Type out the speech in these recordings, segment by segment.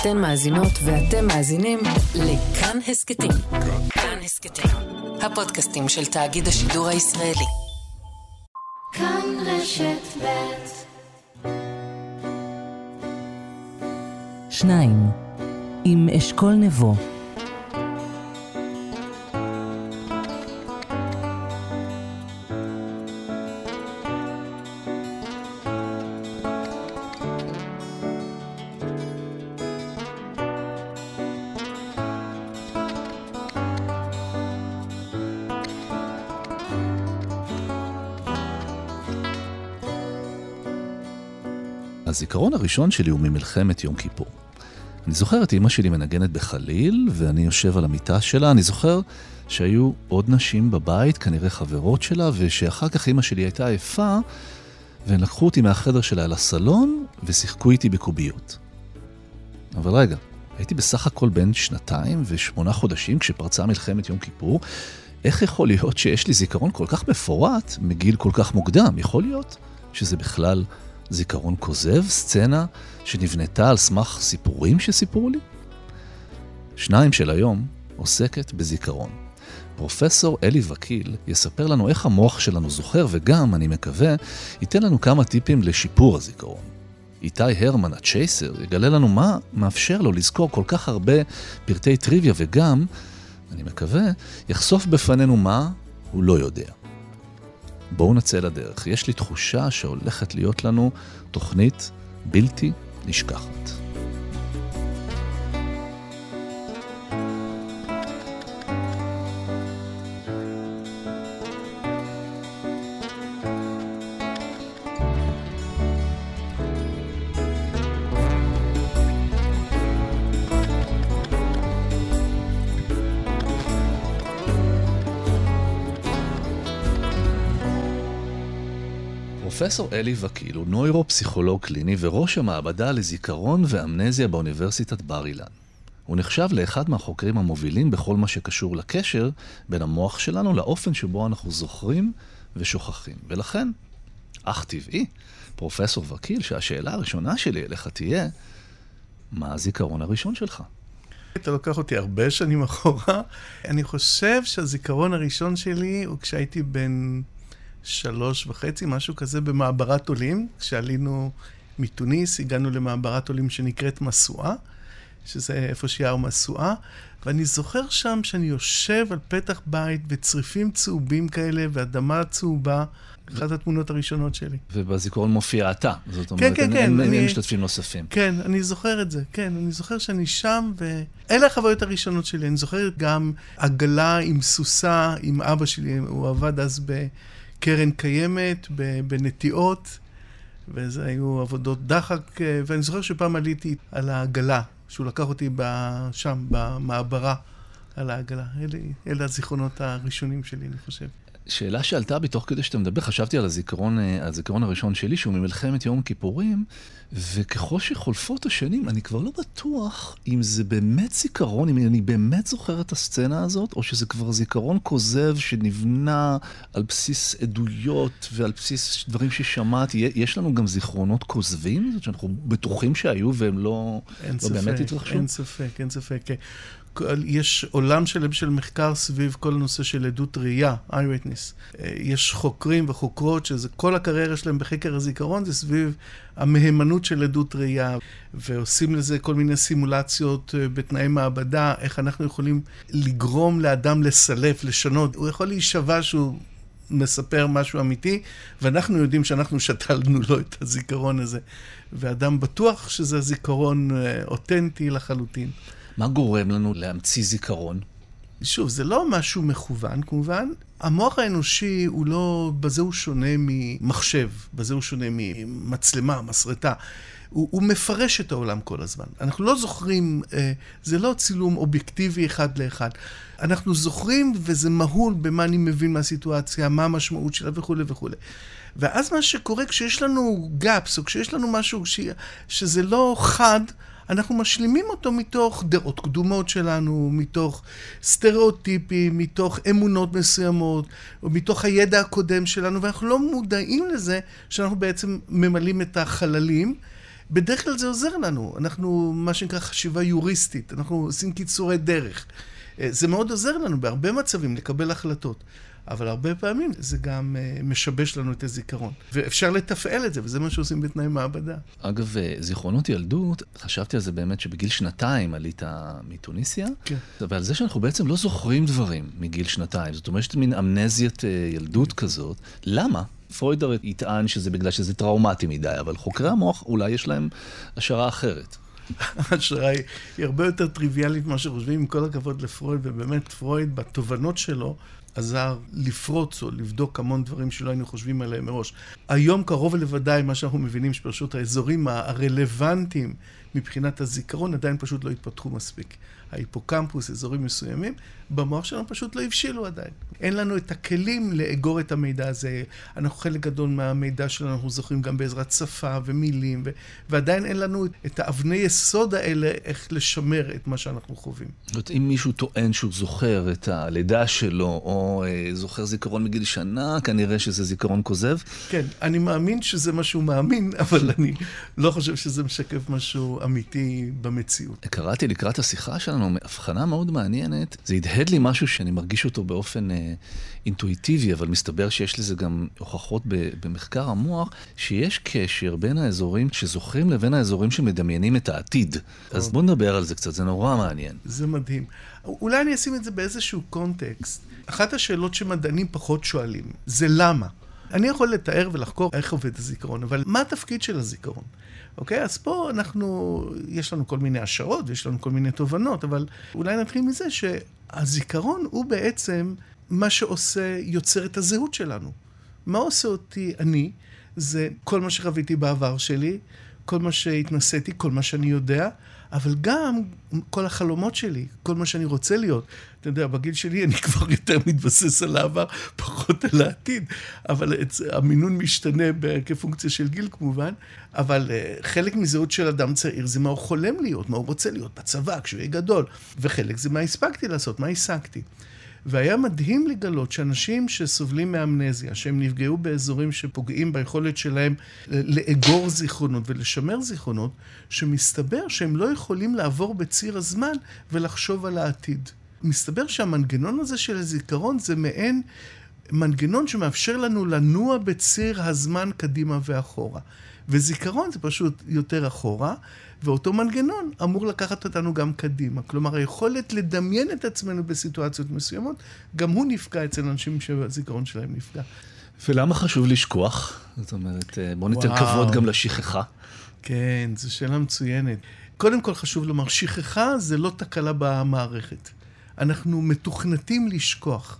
אתן מאזינות ואתם מאזינים לכאן הסקטים. כאן הסקטים, הפודקאסטים של תאגיד השידור הישראלי. כאן רשת ב' 2 עם אשכול נבו. הזיכרון הראשון שלי הוא ממלחמת יום כיפור. אני זוכר את אמא שלי מנגנת בחליל, ואני יושב על המיטה שלה. אני זוכר שהיו עוד נשים בבית, כנראה חברות שלה, ושאחר כך אמא שלי הייתה עייפה, והם לקחו אותי מהחדר שלה אל הסלון, ושיחקו איתי בקוביות. אבל רגע, הייתי בסך הכל בן 2 ו8 חודשים כשפרצה מלחמת יום כיפור. איך יכול להיות שיש לי זיכרון כל כך מפורט מגיל כל כך מוקדם? יכול להיות שזה בכלל זיכרון כוזב, סצנה שנבנתה על סמך סיפורים שסיפרו לי? 2 של היום עוסקת בזיכרון. פרופסור אלי וקיל יספר לנו איך המוח שלנו זוכר, וגם, אני מקווה, ייתן לנו כמה טיפים לשיפור הזיכרון. איתי הרמן, הצ'ייסר, יגלה לנו מה מאפשר לו לזכור כל כך הרבה פרטי טריוויה, וגם, אני מקווה, יחשוף בפנינו מה הוא לא יודע. בואו נצא לדרך. יש לי תחושה שהולכת להיות לנו תוכנית בלתי נשכחת. פרופסור אלי וקיל הוא נוירופסיכולוג קליני וראש המעבדה לזיכרון ואמנזיה באוניברסיטת בר אילן. הוא נחשב לאחד מהחוקרים המובילים בכל מה שקשור לקשר בין המוח שלנו לאופן שבו אנחנו זוכרים ושוכחים. ולכן, אך טבעי, פרופסור וקיל, שהשאלה הראשונה שלי אליך תהיה, מה הזיכרון הראשון שלך? אתה לוקח אותי הרבה שנים אחורה. אני חושב שהזיכרון הראשון שלי הוא כשהייתי בן 3.5, משהו כזה, במעברת עולים. כשעלינו מתוניס, הגענו למעברת עולים שנקראת מסועה, שזה איפה שיער מסועה, ואני זוכר שם שאני יושב על פתח בית וצריפים צהובים כאלה ואדמה צהובה, אחת התמונות הראשונות שלי. ובזיכרון מופיע אתה, זאת אומרת, כן, אין משתתפים נוספים. כן, אני זוכר את זה, כן, אני זוכר שאני שם, ואלה החוויות הראשונות שלי. אני זוכר גם עגלה עם סוסה, עם אבא שלי, הוא עבד אז קרן קיימת, בנטיעות, וזה היו עבודות דחק, ואני זוכר שפעם עליתי על העגלה, שהוא לקח אותי שם, במעברה, על העגלה. אלה הזיכרונות הראשונים שלי, אני חושב. שאלה שעלתה בי תוך כדי שאתה מדבר, חשבתי על הזיכרון הראשון שלי, שהוא ממלחמת יום כיפורים, וככל שחולפות השנים, אני כבר לא בטוח אם זה באמת זיכרון, אם אני באמת זוכר את הסצנה הזאת, או שזה כבר זיכרון כוזב שנבנה על בסיס עדויות ועל בסיס דברים ששמעתי. יש לנו גם זיכרונות כוזבים, זאת שאנחנו בטוחים שהיו והם לא באמת התרחשו? אין ספק. יש עולם שלם של מחקר סביב כל הנושא של עדות ראייה, eyewitness. יש חוקרים וחוקרות שזה כל הקריירה שלהם בחקר הזיכרון, זה סביב המהימנות של עדות ראייה, ועושים לזה כל מיני סימולציות בתנאי מעבדה, איך אנחנו יכולים לגרום לאדם לסלף, לשנות. הוא יכול להישבע שהוא מספר משהו אמיתי, ואנחנו יודעים שאנחנו שתלנו לו את הזיכרון הזה. ואדם בטוח שזה זיכרון אותנטי לחלוטין. מה גורם לנו להמציא זיכרון? שוב, זה לא משהו מכוון, כמובן. המוח האנושי הוא לא, בזה הוא שונה ממחשב, בזה הוא שונה ממצלמה, מסרטה. הוא מפרש את העולם כל הזמן. אנחנו לא זוכרים, זה לא צילום אובייקטיבי אחד לאחד. אנחנו זוכרים וזה מהול במה אני מבין מהסיטואציה, מה המשמעות שלה וכו' וכו'. ואז מה שקורה כשיש לנו גאפס, או כשיש לנו משהו שזה לא חד, אנחנו משלימים אותו מתוך דעות קדומות שלנו, מתוך סטריאוטיפים, מתוך אמונות מסוימות, או מתוך הידע הקודם שלנו, ואנחנו לא מודעים לזה שאנחנו בעצם ממלאים את החללים בדרך כלל זה עוזר לנו. אנחנו, מה שנקרא חשיבה יוריסטית, אנחנו עושים קיצורי דרך. זה מאוד עוזר לנו בהרבה מצבים לקבל החלטות. אבל הרבה פעמים זה גם משבש לנו את הזיכרון. ואפשר לתפעל את זה, וזה מה שעושים בתנאי מעבדה. אגב, זיכרונות ילדות, חשבתי על זה באמת שבגיל 2 עלית מתוניסיה, כן. ועל זה שאנחנו בעצם לא זוכרים דברים מגיל 2. זאת אומרת, מין אמנזיית ילדות כזאת. למה? פרויד הרי יטען שזה בגלל שזה טראומטי מדי, אבל חוקרי המוח אולי יש להם השערה אחרת. ההשערה היא הרבה יותר טריוויאלית מה שחושבים, עם כל הכבוד לפרויד, ובאמת פרויד בתובנות שלו, עזר לפרוץ או לבדוק המון דברים שלא היינו חושבים עליהם מראש. היום קרוב לוודאי מה שאנחנו מבינים שפשוט האזורים הרלוונטיים מבחינת הזיכרון עדיין פשוט לא התפתחו מספיק. ההיפוקמפוס, אזורים מסוימים, במוח שלנו פשוט לא הבשילו עדיין. אין לנו את הכלים לאגור את המידע הזה. אנחנו חלק גדול מהמידע שלנו, אנחנו זוכרים גם בעזרת שפה ומילים, ועדיין אין לנו את האבני יסוד האלה איך לשמר את מה שאנחנו חווים. זאת אומרת, אם מישהו טוען שהוא זוכר את הלידה שלו, או זוכר זיכרון מגיל שנה, כנראה שזה זיכרון כוזב. כן, אני מאמין שזה משהו מאמין, אבל אני לא חושב שזה משקף משהו אמיתי במציאות. קראתי לקראת השיחה שלנו, הבחנה מאוד מעניינת. זה הדהד לי משהו שאני מרגיש אותו באופן אינטואיטיבי, אבל מסתבר שיש לזה גם הוכחות במחקר המוח, שיש קשר בין האזורים שזוכרים לבין האזורים שמדמיינים את העתיד. אז בוא נדבר על זה קצת, זה נורא מעניין. זה מדהים. אולי אני אשים את זה באיזשהו קונטקסט. אחת השאלות שמדענים פחות שואלים, זה למה? אני יכול לתאר ולחקור איך עובד הזיכרון, אבל מה התפקיד של הזיכרון? אוקיי? אז פה יש לנו כל מיני השערות, ויש לנו כל מיני תובנות, אבל אולי נתחיל מזה שהזיכרון הוא בעצם מה שעושה, יוצר את הזהות שלנו. מה עושה אותי אני? זה כל מה שחוויתי בעבר שלי, כל מה שהתנסיתי, כל מה שאני יודע, אבל גם כל החלומות שלי, כל מה שאני רוצה להיות. אתה יודע, בגיל שלי אני כבר יותר מתבסס על העבר, פחות על העתיד. אבל המינון משתנה כפונקציה של גיל כמובן. אבל חלק מזהות של אדם צעיר זה מה הוא חולם להיות, מה הוא רוצה להיות בצבא כשהוא יהיה גדול. וחלק זה מה הספקתי לעשות, מה השגתי. והיה מדהים לגלות שאנשים שסובלים מאמנזיה, שהם נפגעו באזורים שפוגעים ביכולת שלהם לאגור זיכרונות ולשמר זיכרונות, שמסתבר שהם לא יכולים לעבור בציר הזמן ולחשוב על העתיד. מסתבר שהמנגנון הזה של הזיכרון זה מעין מנגנון שמאפשר לנו לנוע בציר הזמן קדימה ואחורה. וזיכרון זה פשוט יותר אחורה, ואותו מנגנון אמור לקחת אותנו גם קדימה. כלומר, היכולת לדמיין את עצמנו בסיטואציות מסוימות, גם הוא נפגע אצל אנשים שהזיכרון שלהם נפגע. ולמה חשוב לשכוח? זאת אומרת, בוא ניתן כבוד גם לשכחה. כן, זו שאלה מצוינת. קודם כל חשוב לומר, שכחה זה לא תקלה במערכת. אנחנו מתוכנתים לשכוח.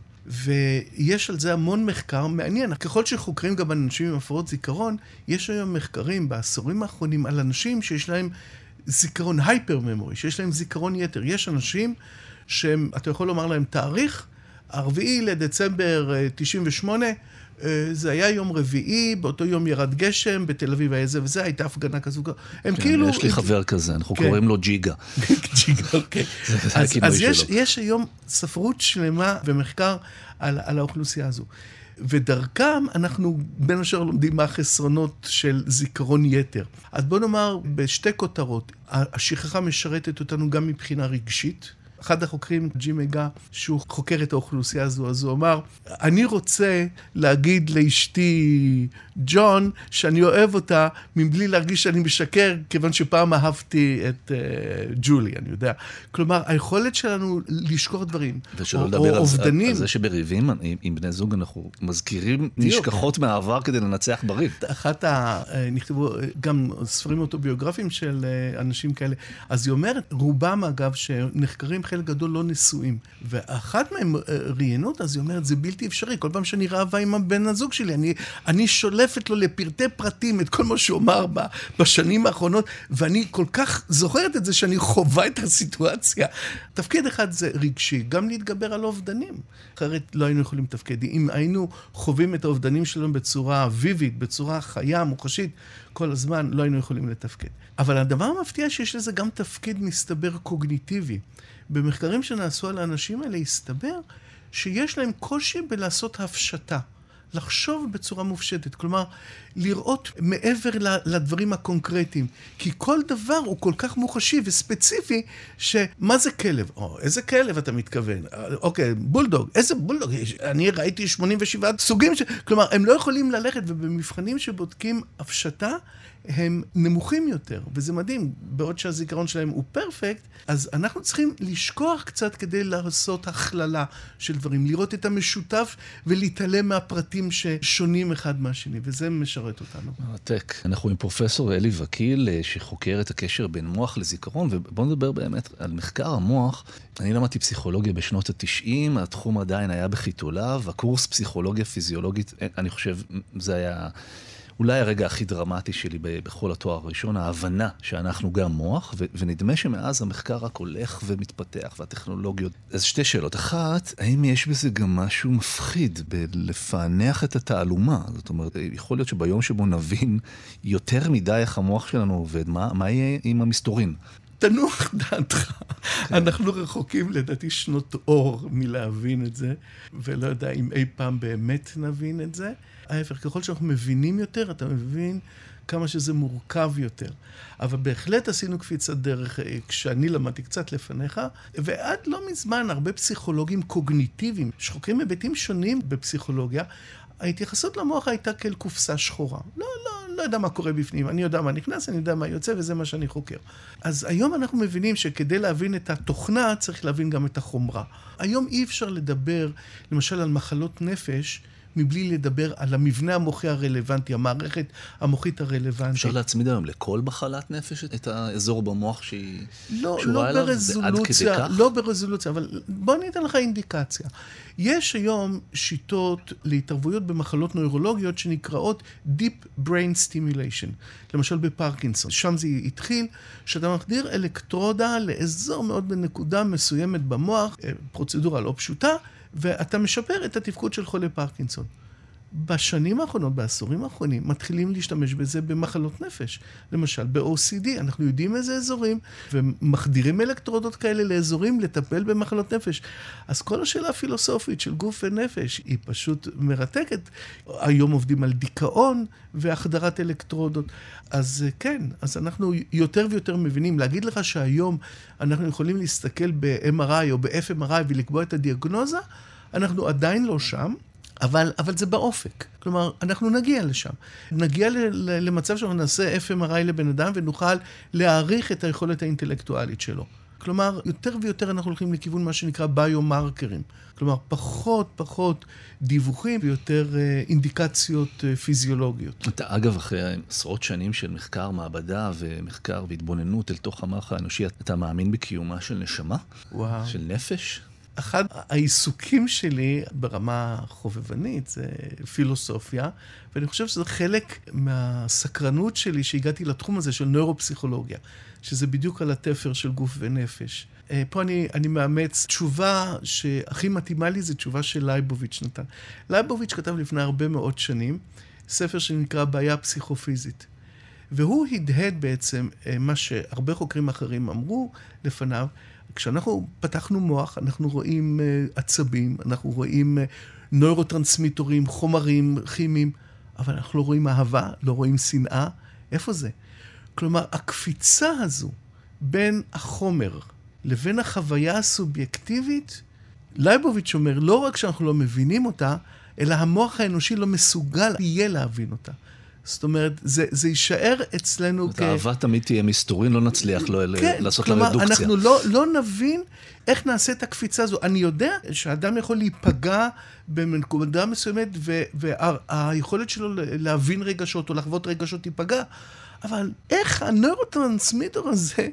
ויש על זה המון מחקר מעניין. ככל שחוקרים גם אנשים עם הפרעות זיכרון, יש היום מחקרים בעשורים האחרונים על אנשים שיש להם זיכרון הייפר-ממורי, שיש להם זיכרון יתר. יש אנשים שהם, אתה יכול לומר להם תאריך, 4 לדצמבר 98, זה היה יום רביעי, באותו יום ירד גשם, בתל אביב היה זה וזה, הייתה הפגנה כזו. הם כאילו... יש לי חבר כזה, אנחנו קוראים לו ג'יגה. ג'יגה, אוקיי. אז יש היום ספרות שלמה ומחקר על האוכלוסייה הזו. ודרכם אנחנו בין השאר לומדים מה החסרונות של זיכרון יתר. אז בוא נאמר בשתי כותרות, השכחה משרתת אותנו גם מבחינה רגשית, אחד החוקרים, ג'ים מגה, שהוא חוקר את האוכלוסייה הזו, אז הוא אמר, אני רוצה להגיד לאשתי ג'ון, שאני אוהב אותה, מבלי להרגיש שאני משקר, כיוון שפעם אהבתי את ג'ולי, אני יודע. כלומר, היכולת שלנו לשכוח דברים, ושלא לדבר על זה שבריבים, עם בני זוג אנחנו מזכירים נשכחות מהעבר כדי לנצח בריב. אחת נכתבו גם ספרים אוטוביוגרפיים של אנשים כאלה, אז היא אומרת, רובם אגב, שנחקרים חלק גדול לא נשואים. ואחת מהם ראיינות, אז היא אומרת, זה בלתי אפשרי. כל פעם שאני רעבה עם הבן הזוג שלי, אני שולפת לו לפרטי פרטים את כל מה שהוא אמר בשנים האחרונות, ואני כל כך זוכרת את זה שאני חובה את הסיטואציה. תפקיד אחד זה רגשי, גם להתגבר על אובדנים. אחרת לא היינו יכולים לתפקד. אם היינו חווים את האובדנים שלנו בצורה ויבית, בצורה חיה, מוחשית, כל הזמן לא היינו יכולים לתפקד. אבל הדבר המפתיע שיש לזה גם תפקיד מסתבר קוגניטיבי. במחקרים שנעשו על האנשים האלה הסתבר שיש להם קושי בלעשות הפשטה. לחשוב בצורה מופשטת, כלומר, לראות מעבר לדברים הקונקרטיים, כי כל דבר הוא כל כך מוחשי וספציפי, שמה זה כלב? איזה כלב אתה מתכוון? אוקיי, בולדוג, איזה בולדוג? אני ראיתי 87 סוגים, כלומר, הם לא יכולים ללכת, ובמבחנים שבודקים הפשטה, הם נמוכים יותר, וזה מדהים, בעוד שהזיכרון שלהם הוא פרפקט, אז אנחנו צריכים לשכוח קצת כדי לעשות הכללה של דברים, לראות את המשותף ולהתעלם מהפרטים ששונים אחד מהשני, וזה משרת אותנו. מרתק. אנחנו עם פרופסור אלי וקיל, שחוקר את הקשר בין מוח לזיכרון, ובואו נדבר באמת על מחקר המוח. אני למדתי פסיכולוגיה בשנות ה-90, התחום עדיין היה בחיתוליו, הקורס פסיכולוגיה פיזיולוגית, אני חושב, זה היה אולי הרגע הכי דרמטי שלי בכל התואר הראשון, ההבנה שאנחנו גם מוח, ונדמה שמאז המחקר רק הולך ומתפתח, והטכנולוגיות. אז שתי שאלות. אחת, האם יש בזה גם משהו מפחיד בלפענח את התעלומה? זאת אומרת, יכול להיות שביום שבו נבין יותר מדי איך המוח שלנו עובד, מה יהיה עם המסתורין? תנוח דעתך. אנחנו רחוקים לדעתי שנות אור מלהבין את זה, ולא יודע אם אי פעם באמת נבין את זה. ההפך, ככל שאנחנו מבינים יותר, אתה מבין כמה שזה מורכב יותר. אבל בהחלט עשינו קפיצת דרך, כשאני למדתי קצת לפניך, ועד לא מזמן הרבה פסיכולוגים קוגניטיביים, שחוקרים היבטים שונים בפסיכולוגיה, ההתייחסות למוח הייתה כאל קופסה שחורה. לא יודע מה קורה בפנים, אני יודע מה נכנס, אני יודע מה יוצא, וזה מה שאני חוקר. אז היום אנחנו מבינים שכדי להבין את התוכנה, צריך להבין גם את החומרה. היום אי אפשר לדבר, למשל, על מחלות נפש, מבלי לדבר על המבנה המוחי הרלוונטי, המערכת המוחית הרלוונטית. אפשר להצמיד היום לכל מחלת נפש את האזור במוח שהיא קשורה אליו? לא ברזולוציה, אבל בוא ניתן לך אינדיקציה. יש היום שיטות להתערבויות במחלות נוירולוגיות שנקראות Deep Brain Stimulation. למשל בפרקינסון. שם זה התחיל, שאתה מחדיר אלקטרודה לאזור מאוד בנקודה מסוימת במוח, פרוצדורה לא פשוטה, ואתה משפר את התפקוד של חולי פרקינסון. בשנים האחרונות, בעשורים האחרונים, מתחילים להשתמש בזה במחלות נפש. למשל, ב-OCD, אנחנו יודעים איזה אזורים, ומחדירים אלקטרודות כאלה לאזורים לטפל במחלות נפש. אז כל השאלה הפילוסופית של גוף ונפש היא פשוט מרתקת. היום עובדים על דיכאון והחדרת אלקטרודות. אז כן, אז אנחנו יותר ויותר מבינים. להגיד לך שהיום אנחנו יכולים להסתכל ב-MRI או ב-FMRI ולקבוע את הדיאגנוזה, אנחנו עדיין לא שם. אבל זה באופק. כלומר, אנחנו נגיע לשם. נגיע למצב שאנחנו נעשה FMRI לבן אדם ונוכל להעריך את היכולת האינטלקטואלית שלו. כלומר, יותר ויותר אנחנו הולכים לכיוון מה שנקרא ביומרקרים. כלומר, פחות דיווחים ויותר אינדיקציות פיזיולוגיות. אתה, אגב, אחרי עשרות שנים של מחקר מעבדה ומחקר והתבוננות אל תוך המוח האנושי, אתה מאמין בקיומה של נשמה? וואו. של נפש? אחד העיסוקים שלי ברמה חובבנית זה פילוסופיה, ואני חושב שזה חלק מהסקרנות שלי שהגעתי לתחום הזה של נוירופסיכולוגיה, שזה בדיוק על התפר של גוף ונפש. פה אני מאמץ תשובה שהכי מתאימה לי, זו תשובה של לייבוביץ' נתן. לייבוביץ' כתב לפני הרבה מאוד שנים, ספר שנקרא בעיה פסיכופיזית. והוא הדהד בעצם מה שהרבה חוקרים אחרים אמרו לפניו, כשאנחנו פתחנו מוח, אנחנו רואים עצבים, אנחנו רואים נוירוטרנסמיטורים, חומרים כימיים, אבל אנחנו לא רואים אהבה, לא רואים שנאה. איפה זה? כלומר, הקפיצה הזו בין החומר לבין החוויה הסובייקטיבית, לייבוביץ' אומר, לא רק שאנחנו לא מבינים אותה, אלא המוח האנושי לא מסוגל יהיה להבין אותה. זאת אומרת, זה יישאר אצלנו האהבה תמיד תהיה מסתורין, לא נצליח לעשות לה רדוקציה. אנחנו לא נבין איך נעשה את הקפיצה הזו. אני יודע שהאדם יכול להיפגע בנקודה מסוימת, והיכולת שלו להבין רגשות או לחוות רגשות תיפגע, אבל איך הנוירוטרנסמיטר הזה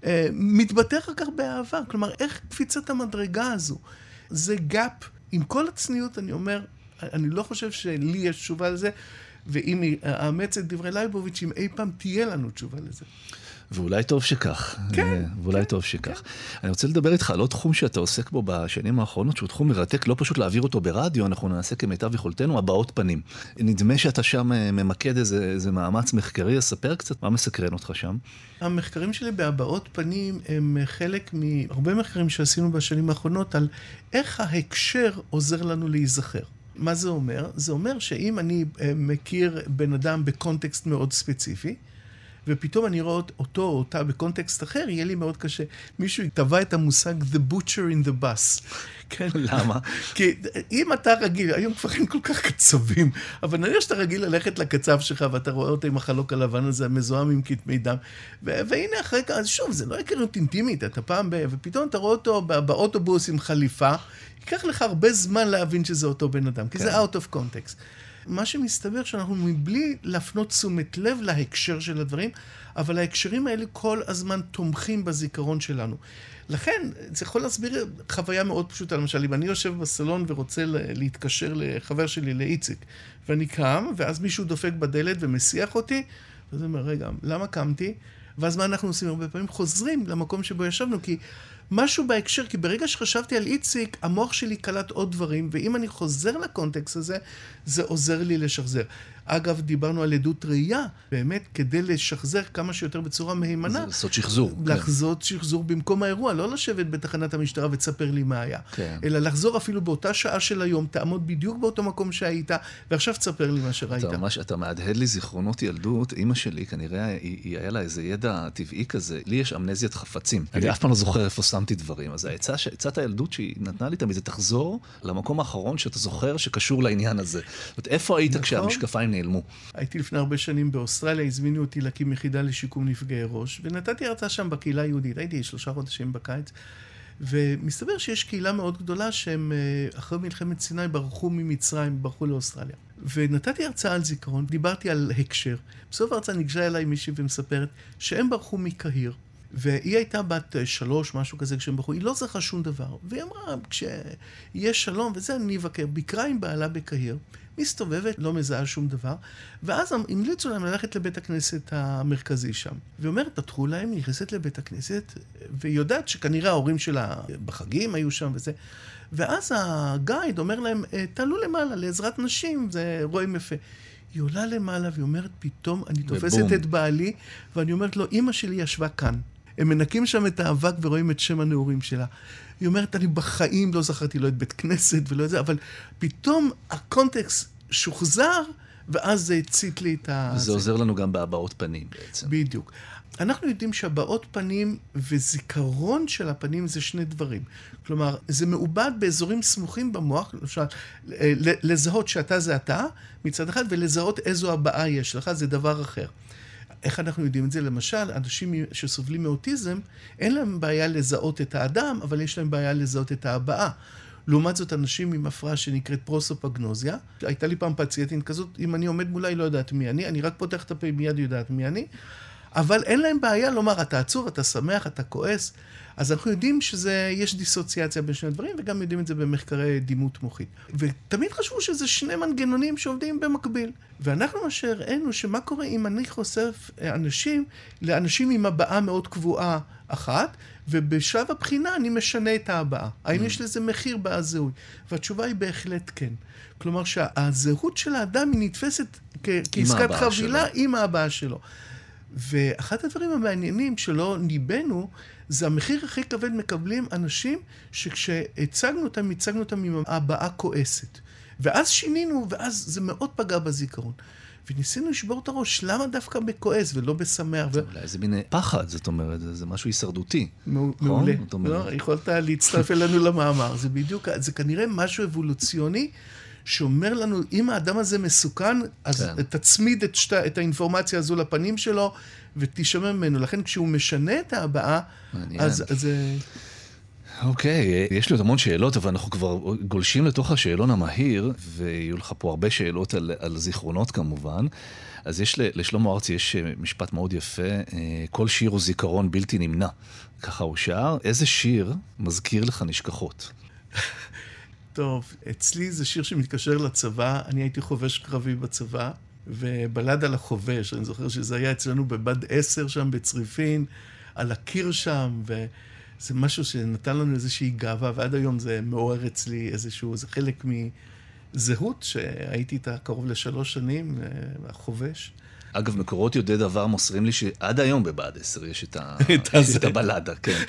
מתבטא אחר כך באהבה? כלומר, איך קפיצת המדרגה הזו? זה גאפ. עם כל הצניעות אני אומר, אני לא חושב שלי יש תשובה לזה, ואם אאמץ את דברי לייבוביץ', אם אי פעם תהיה לנו תשובה לזה. ואולי טוב שכך. כן. ואולי טוב שכך. אני רוצה לדבר איתך על עוד תחום שאתה עוסק בו בשנים האחרונות, שהוא תחום מרתק, לא פשוט להעביר אותו ברדיו, אנחנו נעשה כמיטב יכולתנו, הבעות פנים. נדמה שאתה שם ממקד איזה מאמץ מחקרי, אספר קצת מה מסקרן אותך שם. המחקרים שלי בהבעות פנים הם חלק מהרבה מחקרים שעשינו בשנים האחרונות, על איך ההקשר עוזר לנו להיזכר. מה זה אומר? זה אומר שאם אני מכיר בן אדם בקונטקסט מאוד ספציפי, ופתאום אני רואה אותו או אותה בקונטקסט אחר, יהיה לי מאוד קשה. מישהו טבע את המושג The Butcher in the Bus. כן? למה? כי אם אתה רגיל, היום כבר אין כל כך קצבים, אבל נראה שאתה רגיל ללכת לקצב שלך, ואתה רואה אותו עם החלוק הלבן הזה, מזוהם עם כתמי דם, והנה אחרי כך, אז שוב, זה לא היכרות אינטימית, אתה פעם, ופתאום אתה רואה אותו באוטובוס עם חליפה, ייקח לך הרבה זמן להבין שזה אותו בן אדם, כי זה out of context. מה שמסתבר שאנחנו מבלי להפנות תשומת לב להקשר של הדברים, אבל ההקשרים האלה כל הזמן תומכים בזיכרון שלנו. לכן, זה יכול להסביר חוויה מאוד פשוטה. למשל, אם אני יושב בסלון ורוצה להתקשר לחבר שלי, לאיציק, ואני קם, ואז מישהו דופק בדלת ומסיח אותי, ואז אני אומר, רגע, למה קמתי? ואז מה אנחנו עושים? הרבה פעמים חוזרים למקום שבו ישבנו, כי משהו בהקשר, כי ברגע שחשבתי על איציק, המוח שלי קלט עוד דברים, ואם אני חוזר לקונטקסט הזה, זה עוזר לי לשחזר. אגב, דיברנו על עדות ראייה, באמת, כדי לשחזר כמה שיותר בצורה מהימנה. לעשות שחזור. לחזות שחזור במקום האירוע, לא לשבת בתחנת המשטרה ותספר לי מה היה. כן. אלא לחזור אפילו באותה שעה של היום, תעמוד בדיוק באותו מקום שהיית, ועכשיו תספר לי מה שראית. אתה מהדהד לי זיכרונות ילדות, אמא שלי, כנראה היא היה לה איזה ידע טבעי כזה, לי יש אמנזיית חפצים. אני אף פעם לא זוכר איפה שמתי דברים. אז עצת הילדות שהיא נתנה לי תמיד, זה תחזור למקום האחרון שאתה זוכר שקשור לעניין הזה. זאת אומרת, איפה היית כשהמשקפיים נעלמו? הייתי לפני הרבה שנים באוסטרליה, הזמינו אותי להקים יחידה לשיקום נפגעי ראש, ונתתי הרצאה שם בקהילה היהודית. הייתי 3 חודשים בקיץ, ומסתבר שיש קהילה מאוד גדולה שהם אחרי מלחמת סיני ברחו ממצרים, ברחו לאוסטרליה. ונתתי הרצאה על זיכרון, דיברתי על הקשר. בסוף ההרצאה ניגשה אליי מישהי ומספרת שהם ברחו מקהיר. והיא הייתה בת 3, משהו כזה, כשהם בחרו, היא לא זכה שום דבר. והיא אמרה, כשיש שלום וזה, אני אבקר. ביקרה עם בעלה בקהיר, מסתובבת, לא מזהה שום דבר, ואז המליצו להם ללכת לבית הכנסת המרכזי שם. והיא אומרת, פתחו להם, נכנסת לבית הכנסת, והיא יודעת שכנראה ההורים שלה בחגים היו שם וזה. ואז הגייד אומר להם, תעלו למעלה לעזרת נשים, זה רואים יפה. היא עולה למעלה והיא אומרת, פתאום אני תופסת את בעלי, ואני אומרת לו, אמא שלי ישבה כאן. הם מנקים שם את האבק ורואים את שם הנעורים שלה. היא אומרת, אני בחיים לא זכרתי לא את בית כנסת ולא את זה, אבל פתאום הקונטקסט שוחזר, ואז זה הצית לי את ה... זה עוזר לנו גם בהבעות פנים בעצם. בדיוק. אנחנו יודעים שהבעות פנים וזיכרון של הפנים זה שני דברים. כלומר, זה מעובד באזורים סמוכים במוח, למשל, לזהות שאתה זה אתה מצד אחד, ולזהות איזו הבעה יש לך, זה דבר אחר. איך אנחנו יודעים את זה? למשל, אנשים שסובלים מאוטיזם, אין להם בעיה לזהות את האדם, אבל יש להם בעיה לזהות את ההבעה. לעומת זאת, אנשים עם הפרעה שנקראת פרוסופגנוזיה, הייתה לי פעם פציינטית כזאת, אם אני עומד מולה, היא לא יודעת מי אני רק פותח את הפה, מיד יודעת מי אני, אבל אין להם בעיה לומר, אתה עצוב, אתה שמח, אתה כועס. אז אנחנו יודעים שיש דיסוציאציה בין שני דברים, וגם יודעים את זה במחקרי דימות מוחית. ותמיד חשבו שזה שני מנגנונים שעובדים במקביל. ואנחנו מה שהראינו, שמה קורה אם אני חושף לאנשים עם הבעה מאוד קבועה אחת, ובשלב הבחינה אני משנה את ההבעה. האם יש לזה מחיר בהזהות? והתשובה היא בהחלט כן. כלומר שהזהות של האדם היא נתפסת כעסקת חבילה עם ההבעה שלו. ואחד הדברים המעניינים שלא ניבנו, זה המחיר הכי כבד מקבלים אנשים שכשהצגנו אותם עם הבעה כועסת. ואז שינינו, ואז זה מאוד פגע בזיכרון. וניסינו לשבור את הראש, למה דווקא בכועס ולא בשמח? אולי זה מין פחד, זאת אומרת, זה משהו הישרדותי. מעולה. לא, יכולת להצטרף אלינו למאמר. זה בדיוק, זה כנראה משהו אבולוציוני, שאומר לנו, אם האדם הזה מסוכן, אז תצמיד את האינפורמציה הזו לפנים שלו, ותשמע ממנו. לכן כשהוא משנה את ההבעה, אז זה... אוקיי, יש לי עוד המון שאלות, אבל אנחנו כבר גולשים לתוך השאלון המהיר, ויהיו לך פה הרבה שאלות על זיכרונות כמובן. אז יש לשלמה ארצי, יש משפט מאוד יפה, כל שיר הוא זיכרון בלתי נמנע. ככה הוא שר. איזה שיר מזכיר לך נשכחות? טוב, אצלי זה שיר שמתקשר לצבא, אני הייתי חובש קרבי בצבא, ובלד על החובש, אני זוכר שזה היה אצלנו בבד 10 שם בצריפין, על הקיר שם, וזה משהו שנתן לנו איזושהי גאווה, ועד היום זה מעורר אצלי איזשהו, זה חלק מזהות שהייתי איתה קרוב ל3 שנים, החובש. אגב, מקורות יודעי דבר מוסרים לי שעד היום בבה"ד 10 יש את הבלדה, כן.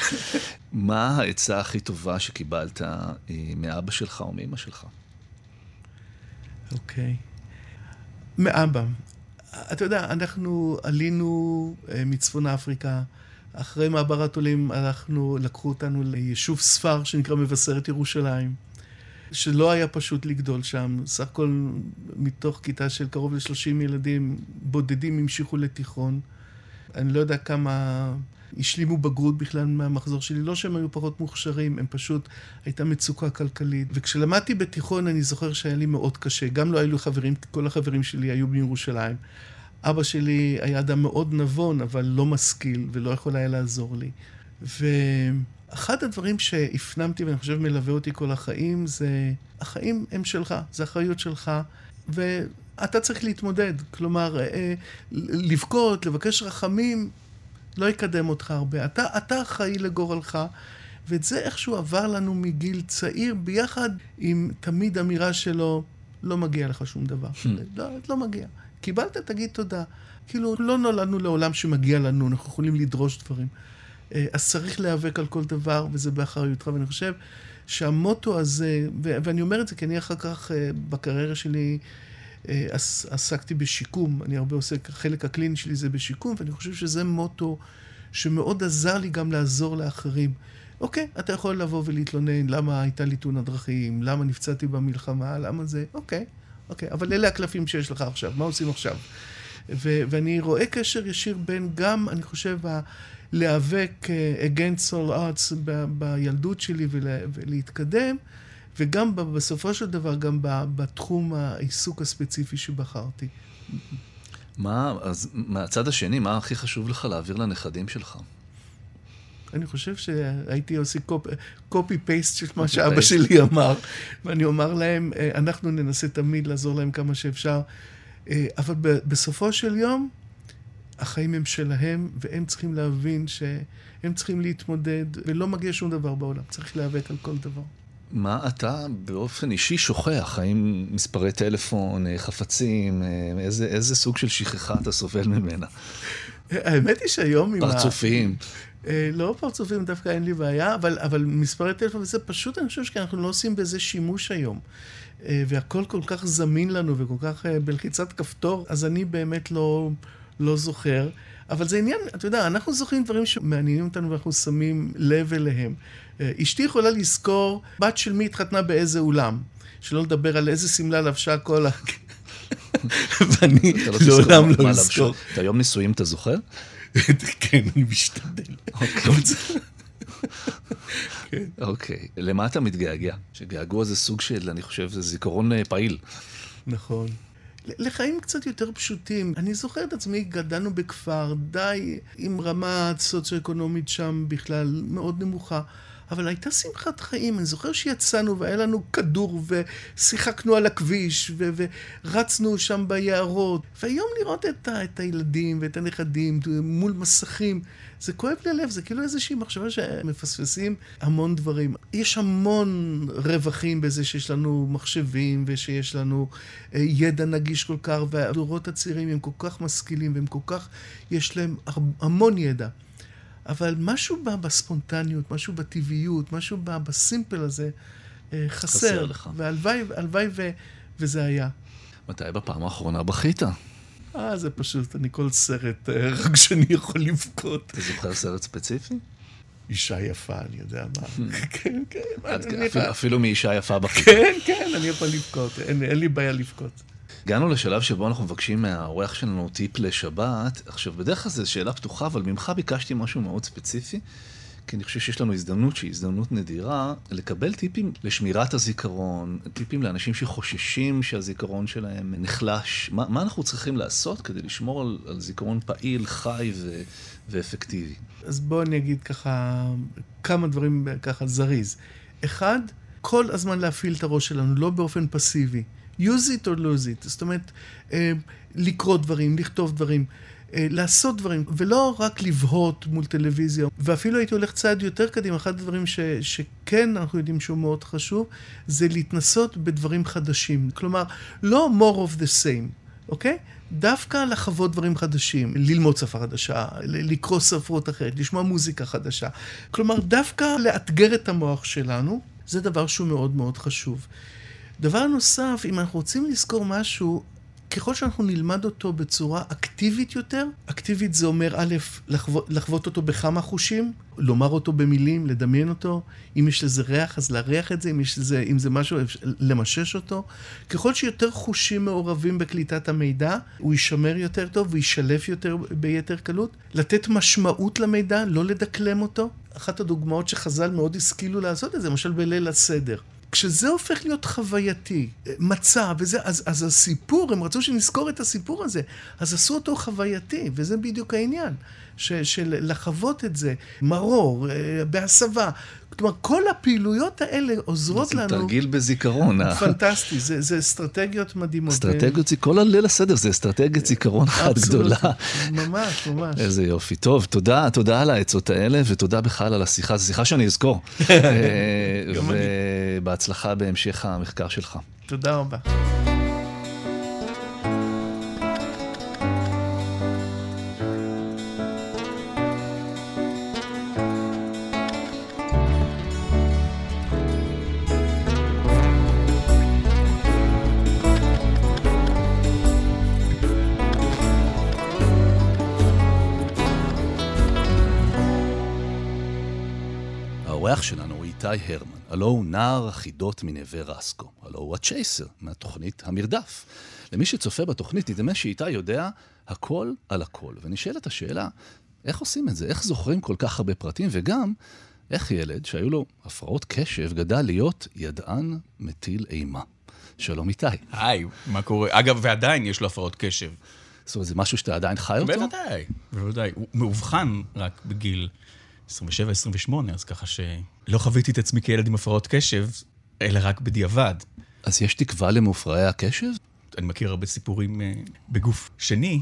מה העצה הכי טובה שקיבלת מאבא שלך או מאמא שלך? אוקיי. מאבא. אתה יודע, אנחנו עלינו מצפון אפריקה, אחרי מעברת עולים לקחו אותנו ליישוב ספר שנקרא מבשרת ירושלים, שלא היה פשוט לגדול שם. סך הכל מתוך כיתה של קרוב ל-30 ילדים בודדים המשיכו לתיכון. אני לא יודע כמה השלימו בגרות בכלל מהמחזור שלי. לא שהם היו פחות מוכשרים, הם פשוט הייתה מצוקה כלכלית. וכשלמדתי בתיכון אני זוכר שהיה לי מאוד קשה. גם לא היו לי חברים, כל החברים שלי היו בירושלים. אבא שלי היה אדם מאוד נבון, אבל לא משכיל, ולא יכול היה לעזור לי. ואחד הדברים שהפנמתי, ואני חושב מלווה אותי כל החיים, זה החיים הם שלך, זה אחריות שלך, ואתה צריך להתמודד. כלומר, לבכות, לבקש רחמים, לא יקדם אותך הרבה. אתה אחראי לגורלך, ואת זה איכשהו עבר לנו מגיל צעיר, ביחד עם תמיד אמירה שלו, לא מגיע לך שום דבר. לא מגיע. קיבלת, תגיד תודה. כאילו, לא נולדנו לעולם שמגיע לנו, אנחנו יכולים לדרוש דברים. אז צריך להיאבק על כל דבר, וזה באחריותך, ואני חושב שהמוטו הזה, ואני אומר את זה כי אני אחר כך בקריירה שלי עסקתי בשיקום, אני הרבה עוסק, חלק הקליני שלי זה בשיקום, ואני חושב שזה מוטו שמאוד עזר לי גם לעזור לאחרים. אוקיי, אתה יכול לבוא ולהתלונן, למה הייתה לי תאונת דרכים, למה נפצעתי במלחמה, למה זה, אוקיי, אבל אלה הקלפים שיש לך עכשיו, מה עושים עכשיו? ואני רואה קשר ישיר בין גם, אני חושב, להיאבק against all odds בילדות שלי ולהתקדם, וגם בסופו של דבר, גם בתחום העיסוק הספציפי שבחרתי. אז מהצד השני, מה הכי חשוב לך להעביר לנכדים שלך? אני חושב שהייתי עושה קופי-פייסט של מה שאבא שלי אמר, ואני אומר להם, אנחנו ננסה תמיד לעזור להם כמה שאפשר, אבל בסופו של יום, החיים הם שלהם, והם צריכים להבין שהם צריכים להתמודד, ולא מגיע שום דבר בעולם, צריך להיאבק על כל דבר. מה אתה באופן אישי שוכח? האם מספרי טלפון, חפצים, איזה סוג של שכחה אתה סובל ממנה? האמת היא שהיום פרצופים. לא פרצופים, דווקא אין לי בעיה, אבל מספרי טלפון, וזה פשוט, אני חושב שאנחנו לא עושים בזה שימוש היום. והכל כל כך זמין לנו, וכל כך בלחיצת כפתור, אז אני באמת לא זוכר. אבל זה עניין, אתה יודע, אנחנו זוכרים דברים שמעניינים אותנו, ואנחנו שמים לב אליהם. אשתי יכולה לזכור בת של מי התחתנה באיזה אולם, שלא לדבר על איזה סמלה לבשה כל ואני לעולם לא אזכור. את היום נישואים אתה זוכר? כן, אני משתדל. אוקיי. למה אתה מתגעגע? שגעגוע זה סוג של, אני חושב, זה זיכרון פעיל. נכון. לחיים קצת יותר פשוטים. אני זוכר את עצמי, גדלנו בכפר, די עם רמה סוציו-אקונומית שם בכלל מאוד נמוכה. אבל הייתה שמחת חיים. אני זוכר שיצאנו והיה לנו כדור ושיחקנו על הכביש ורצנו שם ביערות. והיום לראות את הילדים ואת הנכדים מול מסכים, זה כואב ללב, זה כאילו איזושהי מחשבה שמפספסים המון דברים. יש המון רווחים בזה שיש לנו מחשבים ושיש לנו ידע נגיש כל כך, והדורות הצעירים הם כל כך משכילים והם כל כך, יש להם המון ידע. אבל משהו בספונטניות, משהו בטבעיות, משהו בסימפל הזה חסר לך. והלוואי וזה היה. מתי בפעם האחרונה בכית? זה פשוט, אני כל סרט רק שאני יכול לבכות. אתה זוכר סרט ספציפי? אישה יפה, אני יודע מה. כן, כן. אפילו מאישה יפה בכית. כן, אני יכול לבכות, אין לי בעיה לבכות. הגענו לשלב שבו אנחנו מבקשים מהאורח שלנו טיפ לשבת. עכשיו, בדרך כלל זו שאלה פתוחה, אבל ממך ביקשתי משהו מאוד ספציפי, כי אני חושב שיש לנו הזדמנות שהיא הזדמנות נדירה, לקבל טיפים לשמירת הזיכרון, טיפים לאנשים שחוששים שהזיכרון שלהם נחלש. מה אנחנו צריכים לעשות כדי לשמור על זיכרון פעיל, חי ואפקטיבי? אז בואו אני אגיד ככה, כמה דברים ככה זריז. אחד, כל הזמן להפעיל את הראש שלנו, לא באופן פסיבי. use it or lose it. זאת אומרת, לקרוא דברים, לכתוב דברים, לעשות דברים, ולא רק לבהות מול טלוויזיה. ואפילו הייתי הולך צעד יותר קדימה, אחד הדברים שכן אנחנו יודעים שהוא מאוד חשוב, זה להתנסות בדברים חדשים. כלומר, לא more of the same, אוקיי? דווקא לחוות דברים חדשים, ללמוד שפה חדשה, לקרוא ספרות אחרת, לשמוע מוזיקה חדשה. כלומר, דווקא לאתגר את המוח שלנו, זה דבר שהוא מאוד מאוד חשוב. דבר נוסף, אם אנחנו רוצים לזכור משהו, ככל שאנחנו נלמד אותו בצורה אקטיבית יותר, אקטיבית זה אומר א', לחוות אותו בכמה חושים, לומר אותו במילים, לדמיין אותו, אם יש לזה ריח, אז להריח את זה, אם זה משהו, למשש אותו. ככל שיותר חושים מעורבים בקליטת המידע, הוא יישמר יותר טוב, הוא יישלף יותר ביתר קלות. לתת משמעות למידע, לא לדקלם אותו. אחת הדוגמאות שחז"ל מאוד השכילו לעשות את זה, למשל בליל הסדר. כשזה הופך להיות חווייתי, מצע וזה, אז הסיפור, הם רצו שנזכור את הסיפור הזה, אז עשו אותו חווייתי, וזה בדיוק העניין, של לחוות את זה, מרור, בהסבה. כלומר, כל הפעילויות האלה עוזרות לנו... זה תרגיל בזיכרון. פנטסטי, זה אסטרטגיות מדהימות. אסטרטגיות, כל הליל הסדר זה אסטרטגיית זיכרון אחת גדולה. ממש, ממש. איזה יופי. טוב, תודה על העצות האלה, ותודה בכלל על השיחה. זו שיחה שאני אזכור. ובהצלחה בהמשך המחקר שלך. תודה רבה. האורח שלנו הוא איתי הרמן, הלא הוא נער החידות מנווה רסקו, הלא הוא הצ'ייסר מהתוכנית המרדף. למי שצופה בתוכנית, נדמה שאיתי יודע הכל על הכל. ונשאלת השאלה, איך עושים את זה? איך זוכרים כל כך הרבה פרטים? וגם, איך ילד שהיו לו הפרעות קשב גדל להיות ידען מטיל אימה? שלום איתי. היי, מה קורה? אגב, ועדיין יש לו הפרעות קשב. זאת אומרת, זה משהו שאתה עדיין חי אותו? בוודאי, בוודאי. הוא מאובחן רק בגיל 27-28, אז ככה שלא חוויתי את עצמי כילד עם הפרעות קשב, אלא רק בדיעבד. אז יש תקווה למופרעי הקשב? אני מכיר הרבה סיפורים בגוף שני,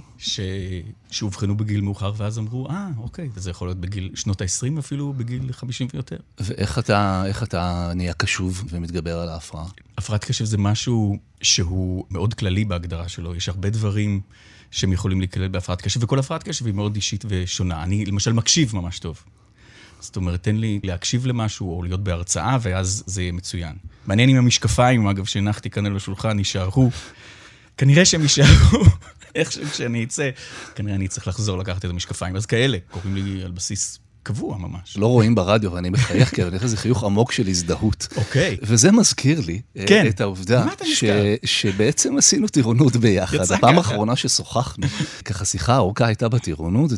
שהובחנו בגיל מאוחר, ואז אמרו, אוקיי, וזה יכול להיות בגיל שנות ה-20, אפילו בגיל 50 ויותר. ואיך אתה נהיה קשוב ומתגבר על ההפרעה? הפרעת קשב זה משהו שהוא מאוד כללי בהגדרה שלו. יש הרבה דברים שהם יכולים להיכלל בהפרעת קשב, וכל הפרעת קשב היא מאוד אישית ושונה. אני למשל מקשיב ממש טוב. זאת אומרת, תן לי להקשיב למשהו או להיות בהרצאה, ואז זה יהיה מצוין. מעניין עם המשקפיים, אגב, שהנחתי כאן על השולחן, יישארו. כנראה שהם יישארו. איכשהו כשאני אצא, כנראה אני צריך לחזור לקחת את המשקפיים. אז כאלה, קוראים לי על בסיס קבוע ממש. לא רואים ברדיו, ואני מחייך, כי אני חושב שזה חיוך עמוק של הזדהות. אוקיי. וזה מזכיר לי את העובדה שבעצם עשינו טירונות ביחד. הפעם האחרונה ששוחחנו, ככה שיחה ארוכה הייתה בטירונות,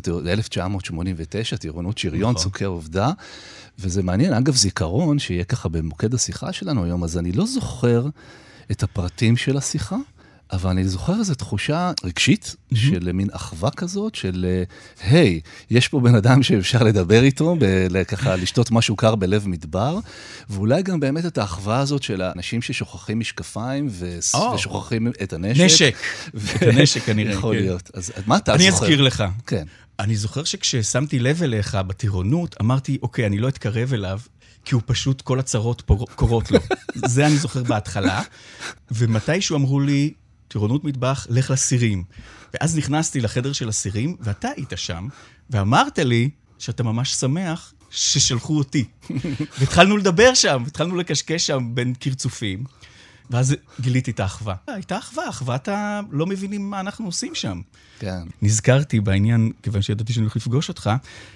1989, טירונות שריון, צוקי עובדה, וזה מעניין, אגב זיכרון, שיהיה ככה במוקד השיחה שלנו היום, אז אני לא זוכר את הפרטים של השיחה, אבל אני זוכר איזו תחושה רגשית של מין אחווה כזאת, של היי, יש פה בן אדם שאפשר לדבר איתו, ככה לשתות משהו קר בלב מדבר, ואולי גם באמת את האחווה הזאת של האנשים ששוכחים משקפיים ושוכחים את הנשק. נשק. את הנשק כנראה. יכול להיות. אז מה אתה זוכר? אני אזכיר לך. כן. אני זוכר שכששמתי לב אליך בטירונות, אמרתי, אוקיי, אני לא אתקרב אליו, כי הוא פשוט כל הצרות קורות לו. זה אני זוכר בהתחלה, ומתישהו אמרו לי, טירונות מטבח, לך לסירים. ואז נכנסתי לחדר של הסירים, ואתה היית שם, ואמרת לי שאתה ממש שמח ששלחו אותי. והתחלנו לדבר שם, התחלנו לקשקש שם בין קרצופים, ואז גיליתי את האחווה. הייתה אחווה, אתה לא מבינים מה אנחנו עושים שם. כן. נזכרתי בעניין, כיוון שידעתי שאני הולך לפגוש אותך,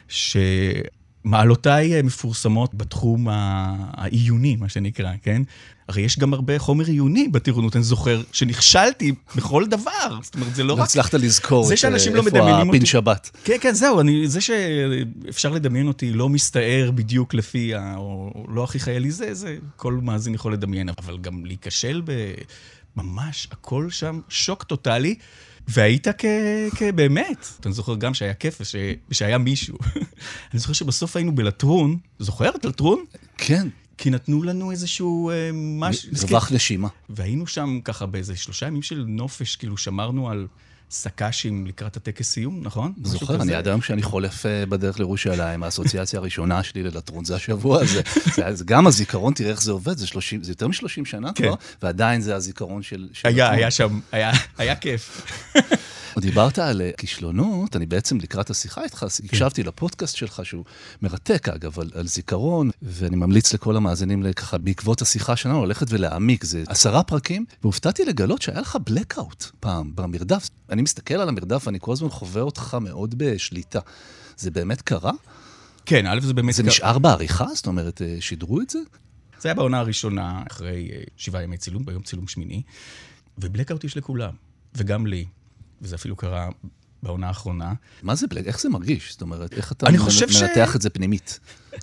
מעלותיי מפורסמות בתחום העיוני, מה שנקרא, כן? הרי יש גם הרבה חומר עיוני בטירונות, אני זוכר שנכשלתי בכל דבר. זאת אומרת, זה לא רק... והצלחת לזכור איפה הפין שבת. כן, כן, זהו, זה שאפשר לדמיין אותי לא מסתער בדיוק לפי, או לא הכי חיילי זה כל מאזין יכול לדמיין, אבל גם להיכשל ממש, הכל שם שוק טוטלי, והיית כבאמת. אתה זוכר גם שהיה כיף ושהיה מישהו. אני זוכר שבסוף היינו בלטרון, זוכרת לטרון? כן. כי נתנו לנו איזשהו רווח נשימה. והיינו שם ככה באיזה 3 ימים של נופש, כאילו שמרנו על סקאשים לקראת הטקס סיום, נכון? זוכר, אני עד היום כשאני חולף בדרך לירושלים, האסוציאציה הראשונה שלי ללטרון, זה השבוע הזה. זה גם הזיכרון, תראה איך זה עובד, זה יותר מ-30 שנה כבר, ועדיין זה הזיכרון של... היה שם, היה כיף. דיברת על כישלונות, אני בעצם לקראת השיחה איתך, הקשבתי לפודקאסט שלך, שהוא מרתק אגב, על זיכרון, ואני ממליץ לכל המאזינים ככה, בעקבות השיחה שלנו, ללכת ולהעמיק, זה 10 פרקים, והופתעתי לגלות שהיה לך בלקאוט פעם, במרדף. אני מסתכל על המרדף, ואני כל הזמן חווה אותך מאוד בשליטה. זה באמת קרה? כן, א', זה באמת קרה. זה נשאר בעריכה? זאת אומרת, שידרו את זה? זה היה בעונה הראשונה, אחרי 7 ימי צילום, ביום צילום שמיני, ובלקאוט יש לכולם, וגם לי. וזה אפילו קרה בעונה האחרונה. מה זה בלק? איך זה מרגיש? זאת אומרת, איך אתה מנתח את זה פנימית?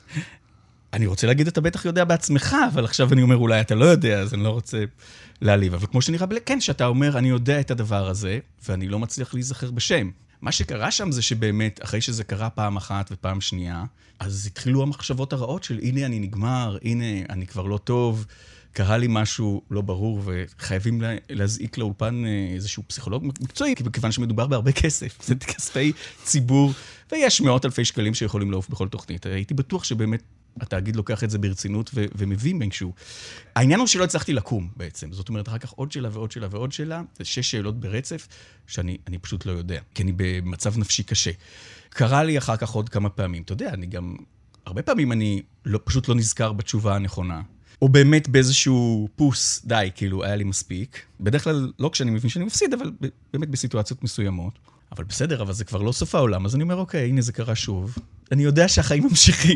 אני רוצה להגיד, אתה בטח יודע בעצמך, אבל עכשיו אני אומר, אולי אתה לא יודע, אז אני לא רוצה להעליב. אבל כמו שנראה בלק, כן, שאתה אומר, אני יודע את הדבר הזה, ואני לא מצליח להיזכר בשם. מה שקרה שם זה שבאמת, אחרי שזה קרה פעם אחת ופעם שנייה, אז התחילו המחשבות הרעות של, הנה אני נגמר, הנה אני כבר לא טוב, קרה לי משהו לא ברור, וחייבים להזעיק לאולפן איזשהו פסיכולוג מקצועי, כיוון שמדובר בהרבה כסף. זה כספי ציבור, ויש 100,000 שקלים שיכולים לעוף בכל תוכנית. הייתי בטוח שבאמת התאגיד לוקח את זה ברצינות ומבין משהו. העניין הוא שלא הצלחתי לקום בעצם. זאת אומרת, אחר כך עוד שאלה ועוד שאלה ועוד שאלה, זה 6 שאלות ברצף, שאני פשוט לא יודע, כי אני במצב נפשי קשה. קרה לי אחר כך עוד כמה פעמים. אתה יודע, אני גם, הרבה פעמים אני פשוט לא נזכר בתשובה הנכונה. או באמת באיזשהו פוס, די, כאילו, היה לי מספיק. בדרך כלל, לא כשאני מבין שאני מפסיד, אבל באמת בסיטואציות מסוימות. אבל בסדר, אבל זה כבר לא סוף העולם, אז אני אומר, אוקיי, הנה זה קרה שוב. אני יודע שהחיים ממשיכים.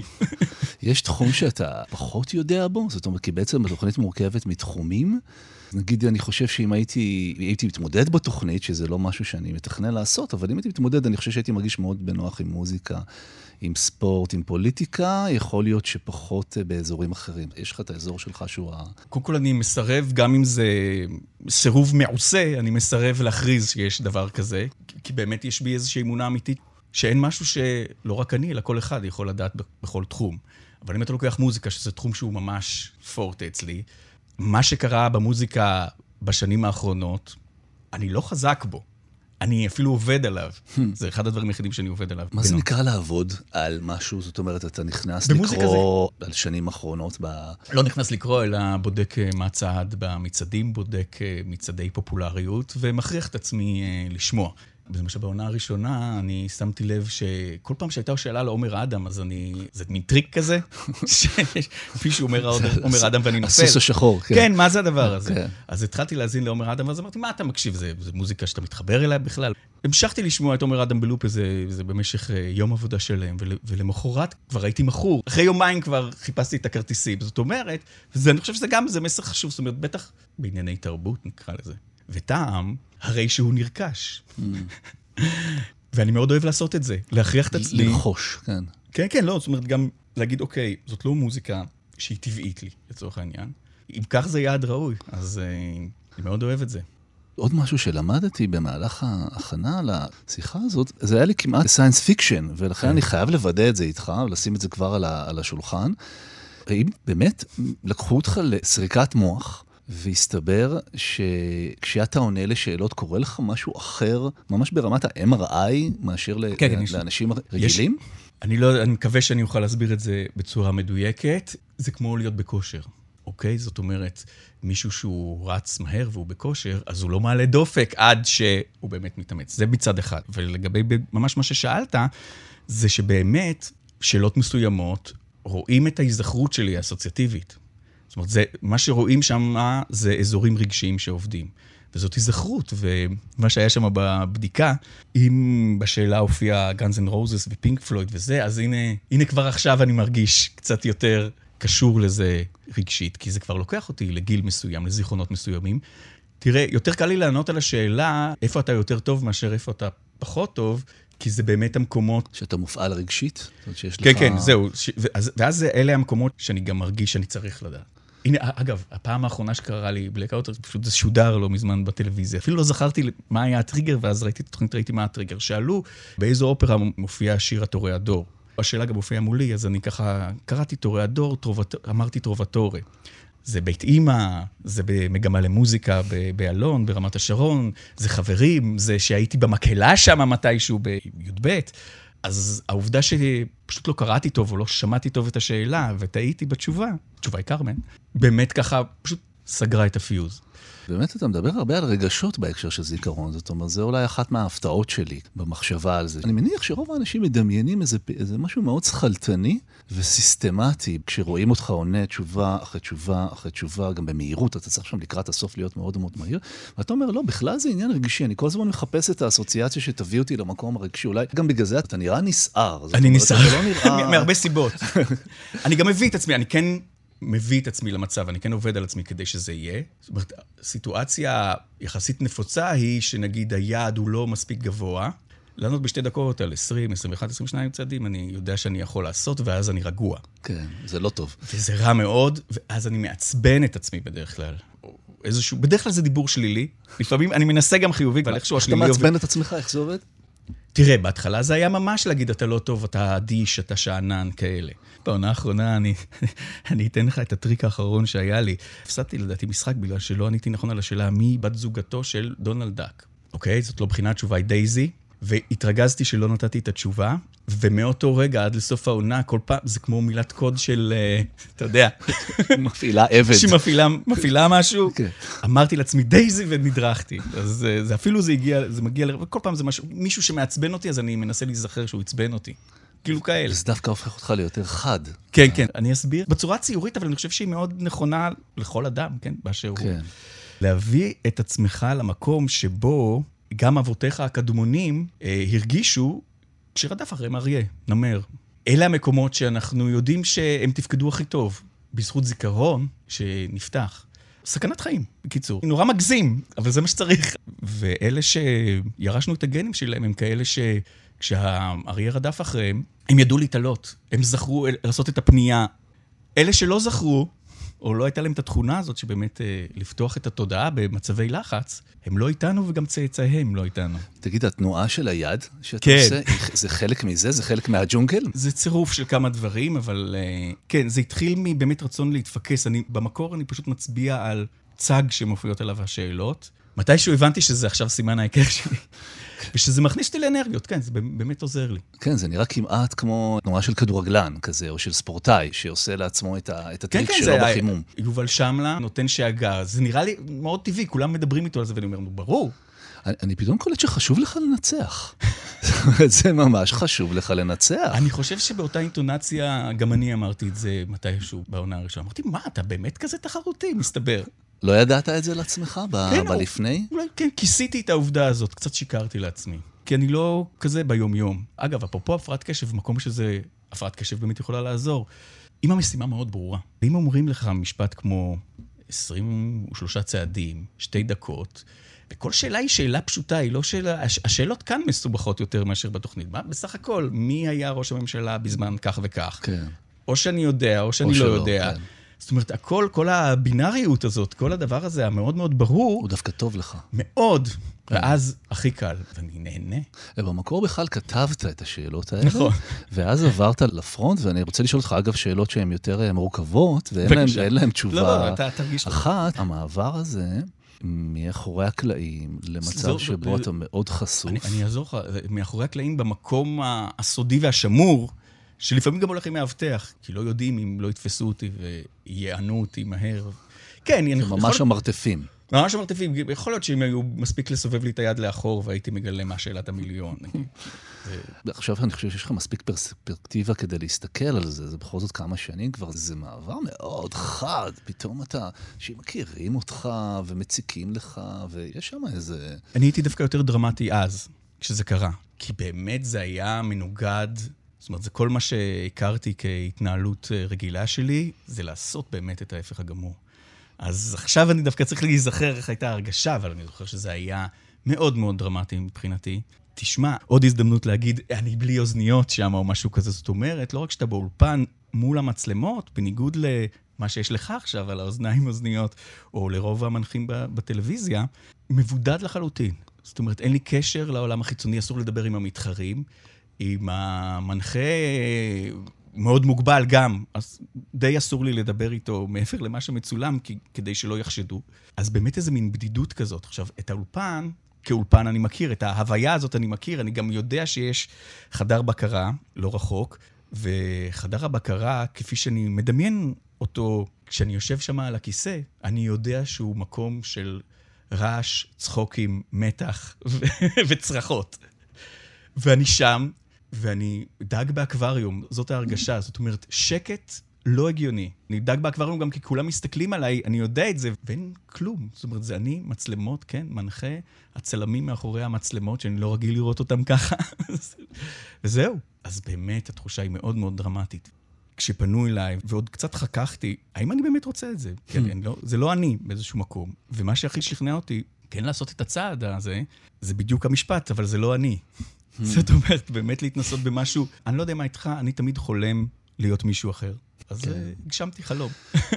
יש תחום שאתה פחות יודע בו? זאת אומרת, כי בעצם התוכנית מורכבת מתחומים. נגיד, אני חושב שאם הייתי מתמודד בתוכנית, שזה לא משהו שאני מתכנן לעשות, אבל אם הייתי מתמודד, אני חושב שהייתי מרגיש מאוד בנוח עם מוזיקה, עם ספורט, עם פוליטיקה, יכול להיות שפחות באזורים אחרים. יש לך את האזור שלך שהוא קודם כל אני מסרב, גם אם זה סירוב מעושה, אני מסרב להכריז שיש דבר כזה, כי באמת יש בי איזושהי אמונה אמיתית, שאין משהו שלא רק אני, אלא כל אחד יכול לדעת בכל תחום. אבל אם אתה לוקח מוזיקה, שזה תחום שהוא ממש פורט אצלי, מה שקרה במוזיקה בשנים האחרונות, אני לא חזק בו. אני אפילו עובד עליו. זה אחד הדברים היחידים שאני עובד עליו. מה זה נקרא לעבוד על משהו? זאת אומרת, אתה נכנס לקרוא על שנים האחרונות לא נכנס לקרוא, אלא בודק מהצד במצעדים, בודק מצעדי פופולריות, ומכריח את עצמי לשמוע. למשל, בעונה הראשונה, אני שמתי לב שכל פעם שהייתה שאלה לעומר אדם, אז זה מין טריק כזה, כפי שאומר אדם ואני נופל. הסוס השחור, כן. כן, מה זה הדבר הזה? אז התחלתי להזין לעומר אדם, ואז אמרתי, מה אתה מקשיב? זה מוזיקה שאתה מתחבר אליה בכלל. המשכתי לשמוע את עומר אדם בלופ הזה, זה במשך יום עבודה שלהם, ולמחרת כבר הייתי מכור. אחרי יומיים כבר חיפשתי את הכרטיסים. זאת אומרת, אני חושב שזה גם מסר חשוב, זאת אומרת, בטח בענייני תרבות נקרא לזה. וטעם, הרי שהוא נרכש. ואני מאוד אוהב לעשות את זה, להכריח את עצמי. לרחוש, כן. כן, כן, לא, זאת אומרת, גם להגיד, אוקיי, זאת לא מוזיקה שהיא טבעית לי, לצורך העניין. אם כך זה יעד ראוי, אז אני מאוד אוהב את זה. עוד משהו שלמדתי במהלך ההכנה לשיחה הזאת, זה היה לי כמעט סיינס פיקשן, ולכן אני חייב לוודא את זה איתך, ולשים את זה כבר על השולחן. האם באמת לקחו אותך לסריקת מוח, והסתבר שכשאתה עונה לשאלות, קורה לך משהו אחר, ממש ברמת ה-MRI, מאשר לאנשים רגילים? אני מקווה שאני אוכל להסביר את זה בצורה מדויקת. זה כמו להיות בכושר, אוקיי? זאת אומרת, מישהו שהוא רץ מהר והוא בכושר, אז הוא לא מעלה דופק עד שהוא באמת מתאמץ. זה מצד אחד. ולגבי ממש מה ששאלת, זה שבאמת שאלות מסוימות רואים את ההיזכרות שלי האסוציאטיבית. זאת אומרת, מה שרואים שם זה אזורים רגשיים שעובדים. וזאת היזכרות, ומה שהיה שם בבדיקה, אם בשאלה הופיע Guns N' Roses ופינק פלויד וזה, אז הנה כבר עכשיו אני מרגיש קצת יותר קשור לזה רגשית, כי זה כבר לוקח אותי לגיל מסוים, לזיכרונות מסוימים. תראה, יותר קל לי לענות על השאלה, איפה אתה יותר טוב מאשר איפה אתה פחות טוב, כי זה באמת המקומות... שאתה מופעל רגשית? כן, כן, זהו. ואז אלה המקומות שאני גם מרגיש שאני צריך לדעת. הנה, אגב, הפעם האחרונה שקרה לי בלקאוט, פשוט זה שודר לא מזמן בטלוויזיה. אפילו לא זכרתי מה היה הטריגר, ואז ראיתי את התוכנית, ראיתי מה הטריגר. שאלו, באיזו אופרה מופיע שיר התוריאדור. השאלה גם מופיעה מולי, אז אני ככה קראתי תוריאדור, אמרתי טרובטורה. זה בית אמא, זה במגמה למוזיקה באלון, ברמת השרון, זה חברים, זה שהייתי במקהלה שם מתישהו בי"ב. אז העובדה שפשוט לא קראתי טוב או לא שמעתי טוב את השאלה, וטעיתי בתשובה, התשובה היא קרמן, באמת ככה פשוט סגרה את הפיוז. באמת אתה מדבר הרבה על רגשות בהקשר של זיכרון, זאת אומרת, זה אולי אחת מההפתעות שלי במחשבה על זה. אני מניח שרוב האנשים מדמיינים איזה משהו מאוד שכלתני וסיסטמטי, כשרואים אותך עונה תשובה אחרי תשובה אחרי תשובה, גם במהירות, אתה צריך שם לקראת הסוף להיות מאוד מאוד מהיר, ואתה אומר, לא, בכלל זה עניין רגשי, אני כל הזמן מחפש את האסוציאציה שתביא אותי למקום הרגשי, אולי גם בגלל זה אתה נראה נסער. אני נסער, מהרבה סיבות. אני גם מביא את עצמי, אני כן מביא את עצמי למצב, אני כן עובד על עצמי כדי שזה יהיה. זאת אומרת, סיטואציה יחסית נפוצה היא שנגיד היעד הוא לא מספיק גבוה, לענות בשתי דקות על 20, 21, 22 צעדים, אני יודע שאני יכול לעשות, ואז אני רגוע. כן, זה לא טוב. וזה רע מאוד, ואז אני מעצבן את עצמי בדרך כלל. בדרך כלל זה דיבור שלילי, לפעמים אני מנסה גם חיובי, אבל איכשהו השלילי אתה מעצבן את עצמך, איך זה עובד? תראה, בהתחלה זה היה ממש להגיד, אתה לא טוב, אתה אדיש, אתה שענן, כאלה. בעונה האחרונה, אני אתן לך את הטריק האחרון שהיה לי. הפסדתי לדעתי משחק בגלל שלא עניתי נכון על השאלה מי בת זוגתו של דונלד דאק. אוקיי? זאת לא בחינת תשובה, היא דייזי, והתרגזתי שלא נתתי את התשובה, ומאותו רגע עד לסוף העונה, כל פעם, זה כמו מילת קוד של, אתה יודע, מפעילה עבד. שמפעילה משהו. אמרתי לעצמי דייזי ונדרכתי. אז זה אפילו זה מגיע, וכל פעם זה מישהו שמעצבן אותי, אז אני מנסה להיזכר שהוא יצבן אותי. כאילו כאלה. זה דווקא הופך אותך ליותר חד. כן, כן. אני אסביר. בצורה ציורית, אבל אני חושב שהיא מאוד נכונה לכל אדם, כן? באשר הוא. להביא את עצמך למקום שבו גם אבותיך הקדמונים הרגישו כשרדף אחריהם אריה, נמר. אלה המקומות שאנחנו יודעים שהם תפקדו הכי טוב, בזכות זיכרון שנפתח. סכנת חיים, בקיצור. נורא מגזים, אבל זה מה שצריך. ואלה שירשנו את הגנים שלהם, הם כאלה כשהאריה רדף אחריהם, הם ידעו להתעלות, הם זכרו לעשות את הפנייה. אלה שלא זכרו, או לא הייתה להם את התכונה הזאת שבאמת לפתוח את התודעה במצבי לחץ, הם לא איתנו וגם צאצאיהם לא איתנו. תגיד, התנועה של היד שאתה עושה, זה חלק מזה? זה חלק מהג'ונגל? זה צירוף של כמה דברים, אבל כן, זה התחיל מבאמת רצון להתפקס. במקור אני פשוט מצביע על צג שמופיעות עליו השאלות. מתישהו הבנתי שזה עכשיו סימן ההיכר שלי. ושזה מכניס אותי לאנרגיות, כן, זה באמת עוזר לי. כן, זה נראה כמעט כמו תנועה של כדורגלן כזה, או של ספורטאי, שעושה לעצמו את הטריק שלו בחימום. יובל שמלה נותן שאגה, זה נראה לי מאוד טבעי, כולם מדברים איתו על זה, ואני אומר, ברור. אני פתאום קולט שחשוב לך לנצח. זה ממש חשוב לך לנצח. אני חושב שבאותה אינטונציה, גם אני אמרתי את זה מתישהו בעונה הראשונה. אמרתי, מה, אתה באמת כזה תחרותי, מסתבר. לא ידעת את זה לעצמך בלפני? אולי כן, כיסיתי את העובדה הזאת, קצת שיקרתי לעצמי. כי אני לא כזה ביום-יום. אגב, אפרופו הפרעת קשב, מקום שזה, הפרעת קשב באמת יכולה לעזור. אם המשימה מאוד ברורה, ואם אומרים לך משפט כמו 23 צעדים, 2 דקות, וכל שאלה היא שאלה פשוטה, היא לא שאלה, השאלות כאן מסובכות יותר מאשר בתוכנית. מה? בסך הכל, מי היה ראש הממשלה בזמן כך וכך? כן. או שאני יודע, או שאני לא יודע. כן. זאת אומרת, כל הבינאריות הזאת, כל הדבר הזה המאוד מאוד ברור. הוא דווקא טוב לך. מאוד. ואז הכי קל, ואני נהנה. במקור בכלל כתבת את השאלות האלה. נכון. ואז עברת לפרונט, ואני רוצה לשאול אותך, אגב, שאלות שהן יותר מורכבות, ואין להם תשובה. לא, אתה תרגיש. אחת, המעבר הזה, מאחורי הקלעים, למצב שבו אתה מאוד חשוף. אני אעזור לך, מאחורי הקלעים במקום הסודי והשמור, שלפעמים גם הולכים מאבטח, כי לא יודעים אם לא יתפסו אותי ויענו אותי מהר. כן, ממש המרתפים. ממש המרתפים. יכול להיות שאם היו מספיק לסובב לי את היד לאחור, והייתי מגלה מה שאלת המיליון. עכשיו אני חושב שיש לך מספיק פרספקטיבה כדי להסתכל על זה. זה בכל זאת כמה שנים כבר. זה מעבר מאוד חד. פתאום אתה, שמכירים אותך ומציקים לך, ויש שם איזה... אני הייתי דווקא יותר דרמטי אז, כשזה קרה. כי באמת זה היה מנוגד... זאת אומרת, זה כל מה שהכרתי כהתנהלות רגילה שלי, זה לעשות באמת את ההפך הגמור. אז עכשיו אני דווקא צריך להיזכר איך הייתה הרגשה, אבל אני זוכר שזה היה מאוד מאוד דרמטי מבחינתי. תשמע, עוד הזדמנות להגיד, אני בלי אוזניות שם או משהו כזה. זאת אומרת, לא רק שאתה באולפן מול המצלמות, בניגוד למה שיש לך עכשיו על האוזניים אוזניות, או לרוב המנחים בטלוויזיה, מבודד לחלוטין. זאת אומרת, אין לי קשר לעולם החיצוני, אסור לדבר עם המתחרים, עם המנחה מאוד מוגבל גם, אז די אסור לי לדבר איתו מעבר למה שמצולם, כדי שלא יחשדו. אז באמת איזה מין בדידות כזאת. עכשיו, את האולפן, כאולפן אני מכיר, את ההוויה הזאת אני מכיר, אני גם יודע שיש חדר בקרה, לא רחוק, וחדר הבקרה, כפי שאני מדמיין אותו, כשאני יושב שם על הכיסא, אני יודע שהוא מקום של רעש, צחוקים, מתח וצרחות. ואני שם, ואני דג באקווריום, זאת ההרגשה, זאת אומרת, שקט לא הגיוני. אני דג באקווריום גם כי כולם מסתכלים עליי, אני יודע את זה, ואין כלום. זאת אומרת, זה אני, מצלמות, כן, מנחה, הצלמים מאחורי המצלמות, שאני לא רגיל לראות אותם ככה. וזהו. אז באמת, התחושה היא מאוד מאוד דרמטית. כשפנו אליי, ועוד קצת חככתי, האם אני באמת רוצה את זה? כן, זה לא אני באיזשהו מקום. ומה שהכי שכנע אותי, כן לעשות את הצעד הזה, זה בדיוק המשפט, אבל זה לא אני. זאת אומרת, באמת להתנסות במשהו, אני לא יודע מה איתך, אני תמיד חולם להיות מישהו אחר. אז הגשמתי חלום.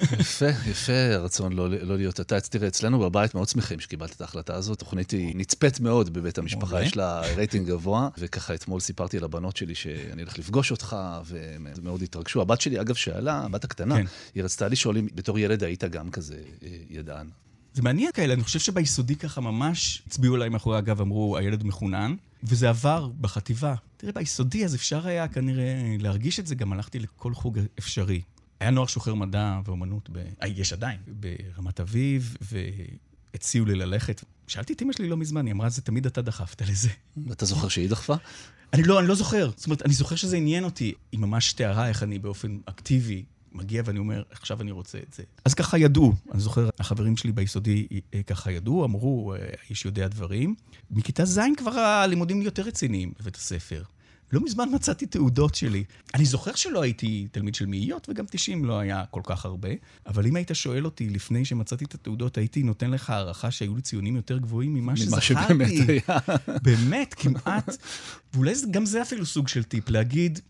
יפה, הרצון לא להיות אתה. תראה, אצלנו בבית מאוד שמחים שקיבלת את ההחלטה הזאת. תוכנית היא נצפית מאוד בבית המשפחה, יש לה רייטינג גבוה, וככה אתמול סיפרתי לבנות שלי שאני הולך לפגוש אותך, ומאוד התרגשו. הבת שלי, אגב, שאלה, הבת הקטנה, היא רצתה לי שואלים, בתור ילד היית גם כזה ידען. זה מעניין כאלה, אני חושב שביסודי ככה ממש הצביעו עליי מאחורי הגב, אמרו, הילד מחונן, וזה עבר בחטיבה. תראה, ביסודי אז אפשר היה כנראה להרגיש את זה, גם הלכתי לכל חוג אפשרי. היה נוער שוחר מדע ואומנות, יש עדיין, ברמת אביב, והציעו לי ללכת. שאלתי את אמא שלי לא מזמן, היא אמרה, זה תמיד אתה דחפת לזה. אתה זוכר שהיא דחפה? אני לא זוכר. זאת אומרת, אני זוכר שזה עניין אותי. היא ממש תיארה איך אני באופן אקטיבי מגיע ואני אומר, עכשיו אני רוצה את זה. אז ככה ידעו. אני זוכר, החברים שלי ביסודי ככה ידעו, אמרו, האיש יודע דברים. מכיתה ז' כבר הלימודים יותר רציניים בבית הספר. לא מזמן מצאתי תעודות שלי. אני זוכר שלא הייתי תלמיד של מאיות, וגם 90 לא היה כל כך הרבה. אבל אם היית שואל אותי לפני שמצאתי את התעודות, הייתי נותן לך הערכה שהיו לי ציונים יותר גבוהים ממה שזכרתי. באמת, כמעט. ואולי גם זה אפילו סוג של טיפ, להגיד,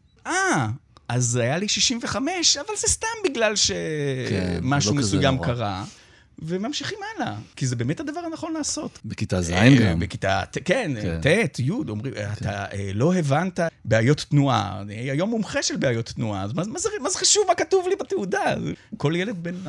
אז היה לי 65, אבל זה סתם בגלל שמשהו מסוים קרה. וממשיכים הלאה, כי זה באמת הדבר הנכון לעשות. בכיתה ז' גם. בכיתה, כן, ת', י', אומרים, אתה לא הבנת בעיות תנועה, אני היום מומחה של בעיות תנועה, אז מה זה חשוב מה כתוב לי בתעודה? כל ילד בן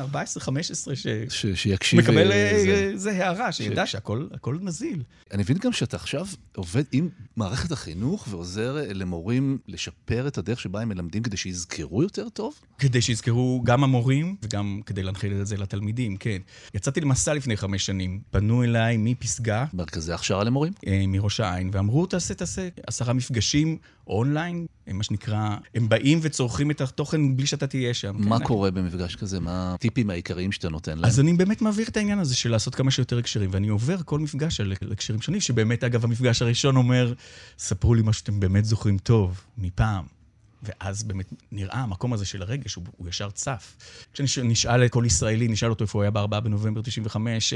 14-15 שמקבל איזה הערה, שידע שהכל נזיל. אני מבין גם שאתה עכשיו עובד עם מערכת החינוך ועוזר למורים לשפר את הדרך שבה הם מלמדים כדי שיזכרו יותר טוב? כדי שיזכרו גם המורים וגם כדי להנחיל את זה לתלמידים, כן. יצאתי למסע לפני 5 שנים, פנו אליי מפסגה. מרכזי הכשרה למורים? מראש העין, ואמרו, תעשה 10 מפגשים אונליין, מה שנקרא, הם באים וצורכים את התוכן בלי שאתה תהיה שם. מה קורה במפגש כזה? מה הטיפים העיקריים שאתה נותן להם? אז אני באמת מעביר את העניין הזה של לעשות כמה שיותר הקשרים, ואני עובר כל מפגש על הקשרים שונים, שבאמת, אגב, המפגש הראשון אומר, ספרו לי מה שאתם באמת זוכרים טוב, מפעם. ואז באמת נראה המקום הזה של הרגש, הוא ישר צף. כשנשאל כל ישראלי, נשאל אותו איפה הוא היה ב4 בנובמבר 95,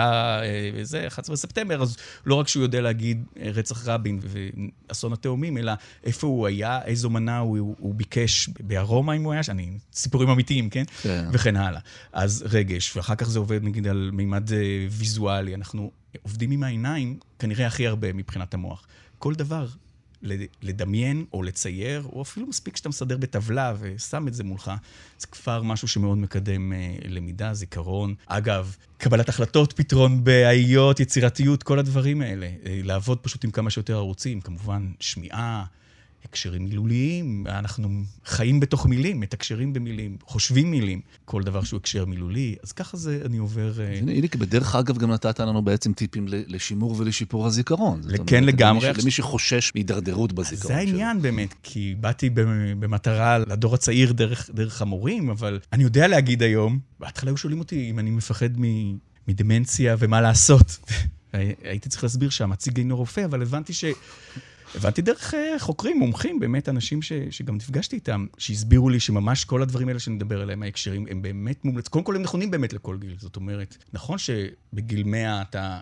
11 בספטמבר, אז לא רק שהוא יודע להגיד רצח רבין ואסון התאומים, אלא איפה הוא היה, איזו מנה הוא ביקש בארומה אם הוא היה, סיפורים אמיתיים, כן? וכן הלאה. אז רגש, ואחר כך זה עובד נגיד על מימד ויזואלי, אנחנו עובדים עם העיניים, כנראה הכי הרבה מבחינת המוח. כל דבר לדמיין או לצייר, או אפילו מספיק שאתה מסדר בטבלה ושם את זה מולך, זה כבר משהו שמאוד מקדם למידה, זיכרון. אגב, קבלת החלטות, פתרון בעיות, יצירתיות, כל הדברים האלה. לעבוד פשוט עם כמה שיותר ערוצים, כמובן שמיעה, הקשרים מילוליים, אנחנו חיים בתוך מילים, מתקשרים במילים, חושבים מילים, כל דבר שהוא הקשר מילולי, אז ככה זה אני עובר... הנה, בדרך אגב גם נתת לנו בעצם טיפים לשימור ולשיפור הזיכרון. כן, לגמרי. למי שחושש מהידרדרות בזיכרון. זה העניין באמת, כי באתי במטרה לדור הצעיר דרך המורים, אבל אני יודע להגיד היום, בהתחלה היו שואלים אותי אם אני מפחד מדמנציה ומה לעשות. הייתי צריך להסביר שהמציג אינו רופא, אבל הבנתי דרך חוקרים, מומחים, באמת אנשים שגם נפגשתי איתם, שהסבירו לי שממש כל הדברים האלה שנדבר עליהם, ההקשרים, הם באמת מומלץ. קודם כל הם נכונים באמת לכל גיל. זאת אומרת, נכון שבגיל 100 אתה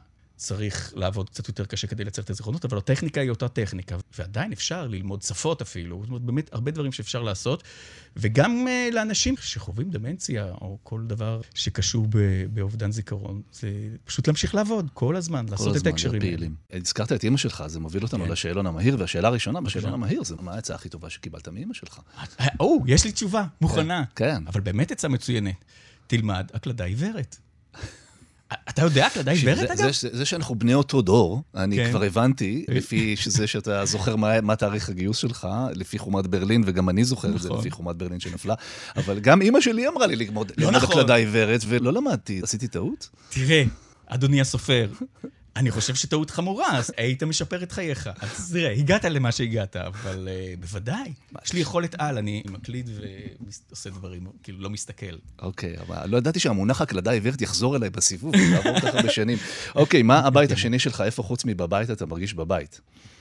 צריך לעבוד קצת יותר קשה כדי לייצר את הזיכרונות, אבל הטכניקה היא אותה טכניקה, ועדיין אפשר ללמוד שפות אפילו, זאת אומרת, באמת הרבה דברים שאפשר לעשות, וגם לאנשים שחווים דמנציה, או כל דבר שקשור באובדן זיכרון, זה פשוט להמשיך לעבוד כל הזמן, לעשות את ההקשרים. הזכרת את אמא שלך, זה מוביל אותנו לשאלון המהיר, והשאלה הראשונה בשאלון המהיר, זה מה העצה הכי טובה שקיבלת מאמא שלך? יש לי תשובה, מוכנה. כן. אבל באמת עצה מצוינת. תלמד הקלדה עיוורת. אתה יודע הקלדה עיוורת, אגב? זה שאנחנו בני אותו דור, אני כבר הבנתי, לפי זה שאתה זוכר מה תאריך הגיוס שלך, לפי חומת ברלין, וגם אני זוכר את זה לפי חומת ברלין שנפלה, אבל גם אמא שלי אמרה לי ללמוד הקלדה עיוורת, ולא למדתי. עשיתי טעות? תראה, אדוני הסופר, אני חושב שטעות חמורה, אז היית משפר את חייך. אז תראה, הגעת למה שהגעת, אבל בוודאי. יש לי יכולת על, אני מקליד ועושה דברים, כאילו לא מסתכל. אוקיי, אבל לא ידעתי שהמונח הקלדה עיוורת יחזור אליי בסיבוב, ולעבור ככה בשנים. אוקיי, מה הבית השני שלך? איפה חוץ מבבית אתה מרגיש בבית?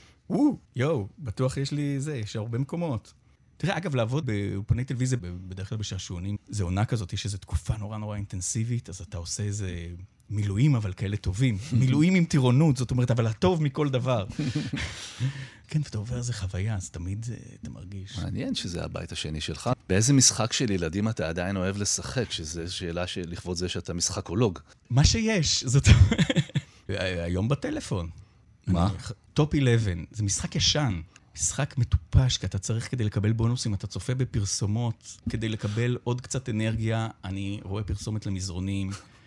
בטוח יש הרבה מקומות. תראה, אגב, לעבוד באולפני טלוויזיה, בדרך כלל בשעשועונים, זה עונה כזאת, יש איזו תקופה נורא אינטנסיבית, אז אתה עושה איזה מילואים, אבל כאלה טובים. מילואים עם טירונות, זאת אומרת, אבל הטוב מכל דבר. כן, ואתה עובר איזה חוויה, אז תמיד אתה מרגיש. מעניין שזה הבית השני שלך. באיזה משחק של ילדים אתה עדיין אוהב לשחק? שזו שאלה לכבוד זה שאתה משחקולוג. מה שיש, זאת... היום בטלפון. מה? טופ 11, זה משחק ישן. משחק מטופש, כי אתה צריך כדי לקבל בונוסים, אתה צופה בפרסומות, כדי לקבל עוד קצת אנרגיה, אני רואה פרסומת למזרונים,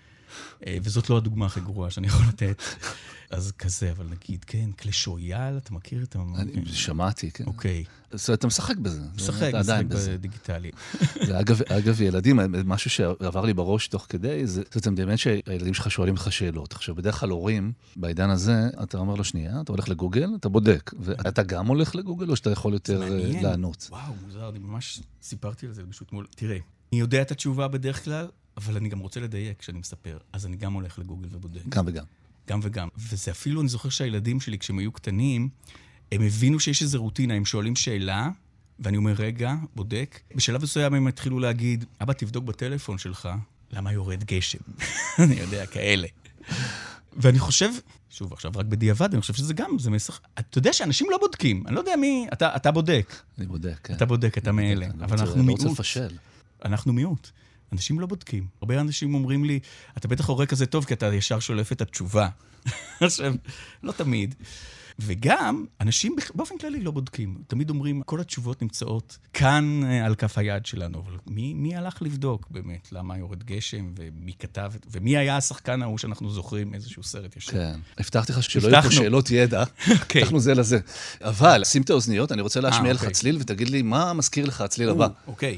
וזאת לא הדוגמה הכי גרועה שאני יכול לתת. אז כזה, אבל נגיד, כן, קלאש רויאל, אתה מכיר את שמעתי, כן. אוקיי. אז אתה משחק בזה. משחק בדיגיטלי. אגב, ילדים, משהו שעבר לי בראש תוך כדי, זאת אומרת שהילדים שלך שואלים לך שאלות. עכשיו, בדרך כלל הורים, בעידן הזה, אתה אומר לו שנייה, אתה הולך לגוגל, אתה בודק. ואתה גם הולך לגוגל, או שאתה יכול יותר לענות? וואו, מוזר, אני ממש סיפרתי על זה פשוט מול... תראה, אני יודע את התשובה בדרך כלל, אבל אני גם רוצה לדייק כשאני מספר. אז אני גם הולך לגוגל ובודק. גם וגם. גם וגם. וזה אפילו, אני זוכר שהילדים שלי, כשהם היו קטנים, הם הבינו שיש איזו רוטינה, הם שואלים שאלה, ואני אומר, רגע, בודק. בשלב מסוים הם התחילו להגיד, אבא, תבדוק בטלפון שלך, למה יורד גשם? אני יודע, כאלה. ואני חושב, שוב, עכשיו רק בדיעבד, אני חושב שזה גם, זה מסך... אתה יודע שאנשים לא בודקים, אני לא יודע מי, אתה בודק. אני בודק, כן. אתה בודק, אתה מאלה. אבל אנחנו מיעוט. לא רוצה לפשל. אנחנו מיעוט. אנשים לא בודקים. הרבה אנשים אומרים לי, אתה בטח הורא כזה טוב, כי אתה ישר שולף את התשובה. עכשיו, לא תמיד. וגם, אנשים באופן כללי לא בודקים. תמיד אומרים, כל התשובות נמצאות כאן על כף היד שלנו. אבל מי הלך לבדוק באמת? למה יורד גשם, ומי כתב, ומי היה השחקן ההוא שאנחנו זוכרים איזשהו סרט ישר? כן. הבטחתי לך שלא יהיו פה שאלות ידע. הבטחנו זה לזה. אבל, שים את האוזניות, אני רוצה להשמיע לך צליל, ותגיד לי, מה מזכיר לך הצליל הבא? אוקיי.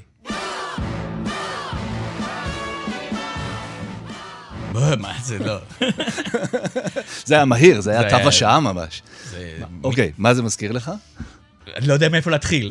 מה, זה לא. זה היה מהיר, זה היה תו השעה ממש. אוקיי, מה זה מזכיר לך? אני לא יודע מאיפה להתחיל.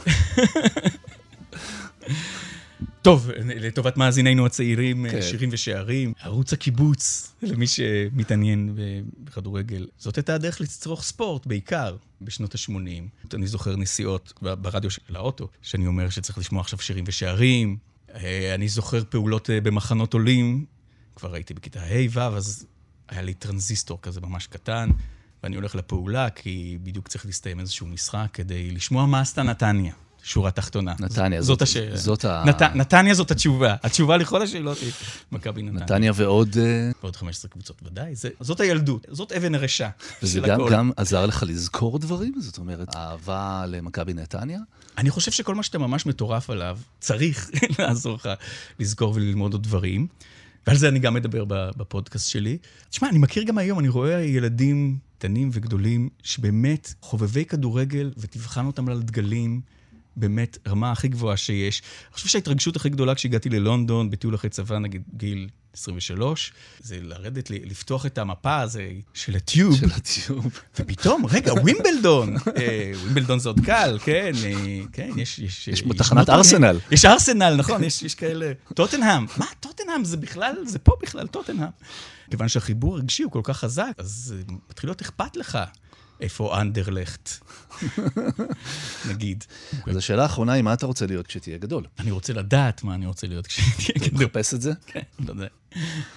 טוב, לטובת מאזינינו הצעירים, שירים ושערים, ערוץ הקיבוץ, למי שמתעניין בכדורגל. זאת הייתה הדרך לצרוך ספורט, בעיקר בשנות ה-80. אני זוכר נסיעות ברדיו של האוטו, שאני אומר שצריך לשמוע עכשיו שירים ושערים. אני זוכר פעולות במחנות עולים, כבר הייתי בכיתה ה' ו', אז היה לי טרנזיסטור כזה ממש קטן, ואני הולך לפעולה, כי בדיוק צריך להסתיים איזשהו משחק, כדי לשמוע מה עשתה נתניה, שורה תחתונה. נתניה, נתניה זאת התשובה. התשובה לכל השאלות היא מכבי נתניה. נתניה ועוד 15 קבוצות, ודאי. זאת הילדות, זאת אבן הרשע. וזה גם עזר לך לזכור דברים? זאת אומרת, אהבה למכבי נתניה? אני חושב שכל מה שאתה ממש מטורף עליו, צריך לעזור לך לזכור וללמוד עוד דברים. ועל זה אני גם מדבר בפודקאסט שלי. תשמע, אני מכיר גם היום, אני רואה ילדים קטנים וגדולים, שבאמת חובבי כדורגל, ותבחן אותם על דגלים, באמת רמה הכי גבוהה שיש. אני חושב שההתרגשות הכי גדולה כשהגעתי ללונדון, בטיול אחרי צבא, נגיד גיל 23, זה לרדת, לפתוח את המפה הזה של הטיוב. של הטיוב. ופתאום, רגע, ווימבלדון. ווימבלדון זה עוד קל, כן, כן, יש תחנת ארסנל. יש ארסנל, נכון, יש כאלה. טוטנהאם. מה, טוטנהאם? זה בכלל, זה פה בכלל טוטנהאם. כיוון שהחיבור הרגשי הוא כל כך חזק, אז מתחיל להיות אכפת לך. איפה אנדרלכט, נגיד. אז השאלה האחרונה היא, מה אתה רוצה להיות כשתהיה גדול? אני רוצה לדעת מה אני רוצה להיות כשתהיה גדול. מחפש את זה? כן, לא יודע.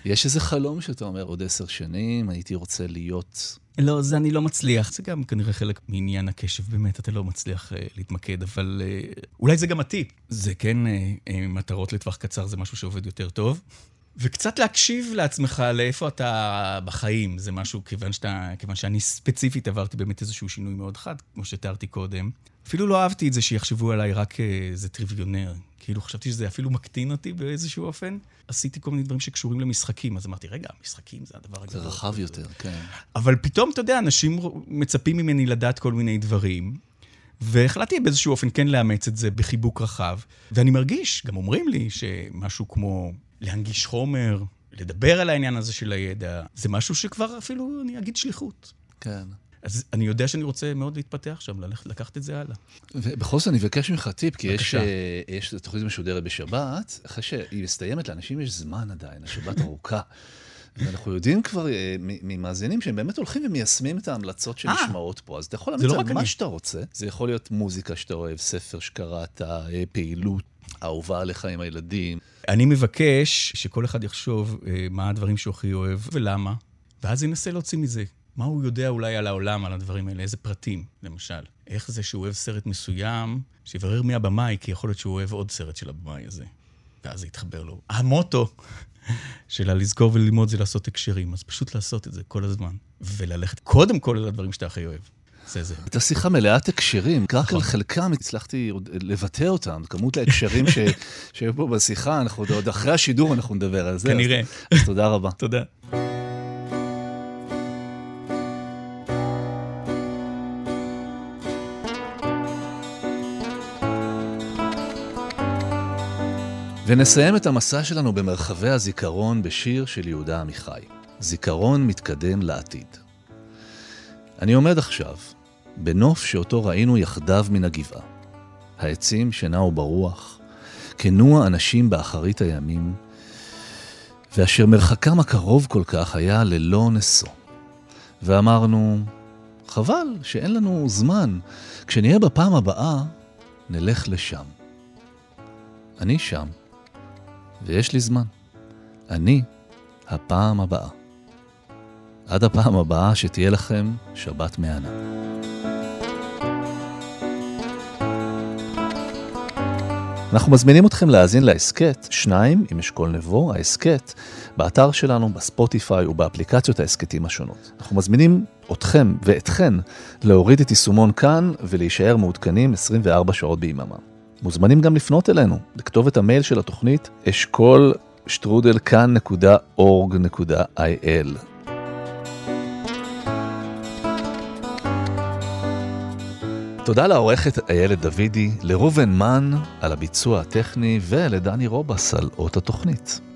יש איזה חלום שאתה אומר, עוד 10 שנים, הייתי רוצה להיות... לא, זה אני לא מצליח. זה גם כנראה חלק מעניין הקשב, באמת, אתה לא מצליח להתמקד, אבל אולי זה גם הטיפ. זה כן, מטרות לטווח קצר זה משהו שעובד יותר טוב. וקצת להקשיב לעצמך לאיפה אתה בחיים, זה משהו, כיוון שאני ספציפית עברתי באמת איזשהו שינוי מאוד חד, כמו שתיארתי קודם. אפילו לא אהבתי את זה שיחשבו עליי רק איזה טריוויונר. כאילו חשבתי שזה אפילו מקטין אותי באיזשהו אופן. עשיתי כל מיני דברים שקשורים למשחקים, אז אמרתי, רגע, משחקים זה הדבר הגדול. זה רחב יותר, כן. אבל פתאום, אתה יודע, אנשים מצפים ממני לדעת כל מיני דברים, והחלטתי באיזשהו אופן כן לאמץ את זה בחיבוק רחב, ואני מרגיש, גם אומרים לי, שמשהו כמו להנגיש חומר, לדבר על העניין הזה של הידע, זה משהו שכבר אפילו, אני אגיד, שליחות. כן. אז אני יודע שאני רוצה מאוד להתפתח שם, לקחת את זה הלאה. ובכל זאת אני מבקש ממך טיפ, כי יש תוכנית משודרת בשבת, אחרי שהיא מסתיימת, לאנשים יש זמן עדיין, השבת ארוכה. ואנחנו יודעים כבר ממאזינים שהם באמת הולכים ומיישמים את ההמלצות שנשמעות פה, אז אתה יכול להמליץ על מה שאתה רוצה. זה יכול להיות מוזיקה שאתה אוהב, ספר שקראת, פעילות, אהובה עליך עם הילדים. אני מבקש שכל אחד יחשוב מה הדברים שהוא הכי אוהב ולמה, ואז ינסה להוציא מזה. מה הוא יודע אולי על העולם, על הדברים האלה, איזה פרטים, למשל. איך זה שהוא אוהב סרט מסוים, שיברר מי הבמאי, כי יכול להיות שהוא אוהב עוד סרט של הבמאי הזה. ואז זה יתחבר לו. המוטו שלה לזכור וללמוד זה לעשות הקשרים, אז פשוט לעשות את זה כל הזמן. וללכת קודם כל על הדברים שאתה הכי אוהב. זה. הייתה שיחה מלאת הקשרים, רק על חלקם הצלחתי לבטא אותם, כמות ההקשרים שהיו פה בשיחה, אנחנו עוד אחרי השידור אנחנו נדבר על זה. כנראה. אז תודה רבה. תודה. ונסיים את המסע שלנו במרחבי הזיכרון בשיר של יהודה עמיחי. זיכרון מתקדם לעתיד. אני עומד עכשיו בנוף שאותו ראינו יחדיו מן הגבעה. העצים שנעו ברוח, כנוע אנשים באחרית הימים, ואשר מרחקם הקרוב כל כך היה ללא נסו. ואמרנו, חבל שאין לנו זמן, כשנהיה בפעם הבאה נלך לשם. אני שם. ויש לי זמן. אני הפעם הבאה. עד הפעם הבאה שתהיה לכם שבת מהנה. אנחנו מזמינים אתכם להאזין להסקט 2 עם אשכול נבו, ההסקט, באתר שלנו, בספוטיפיי ובאפליקציות ההסקטים השונות. אנחנו מזמינים אתכם ואתכן להוריד את יישומון כאן ולהישאר מעודכנים 24 שעות ביממה. מוזמנים גם לפנות אלינו, לכתוב את המייל של התוכנית askol@kan.org.il. תודה לעורכת איילת דוידי, לרובן מן על הביצוע הטכני ולדני רובס על אות התוכנית.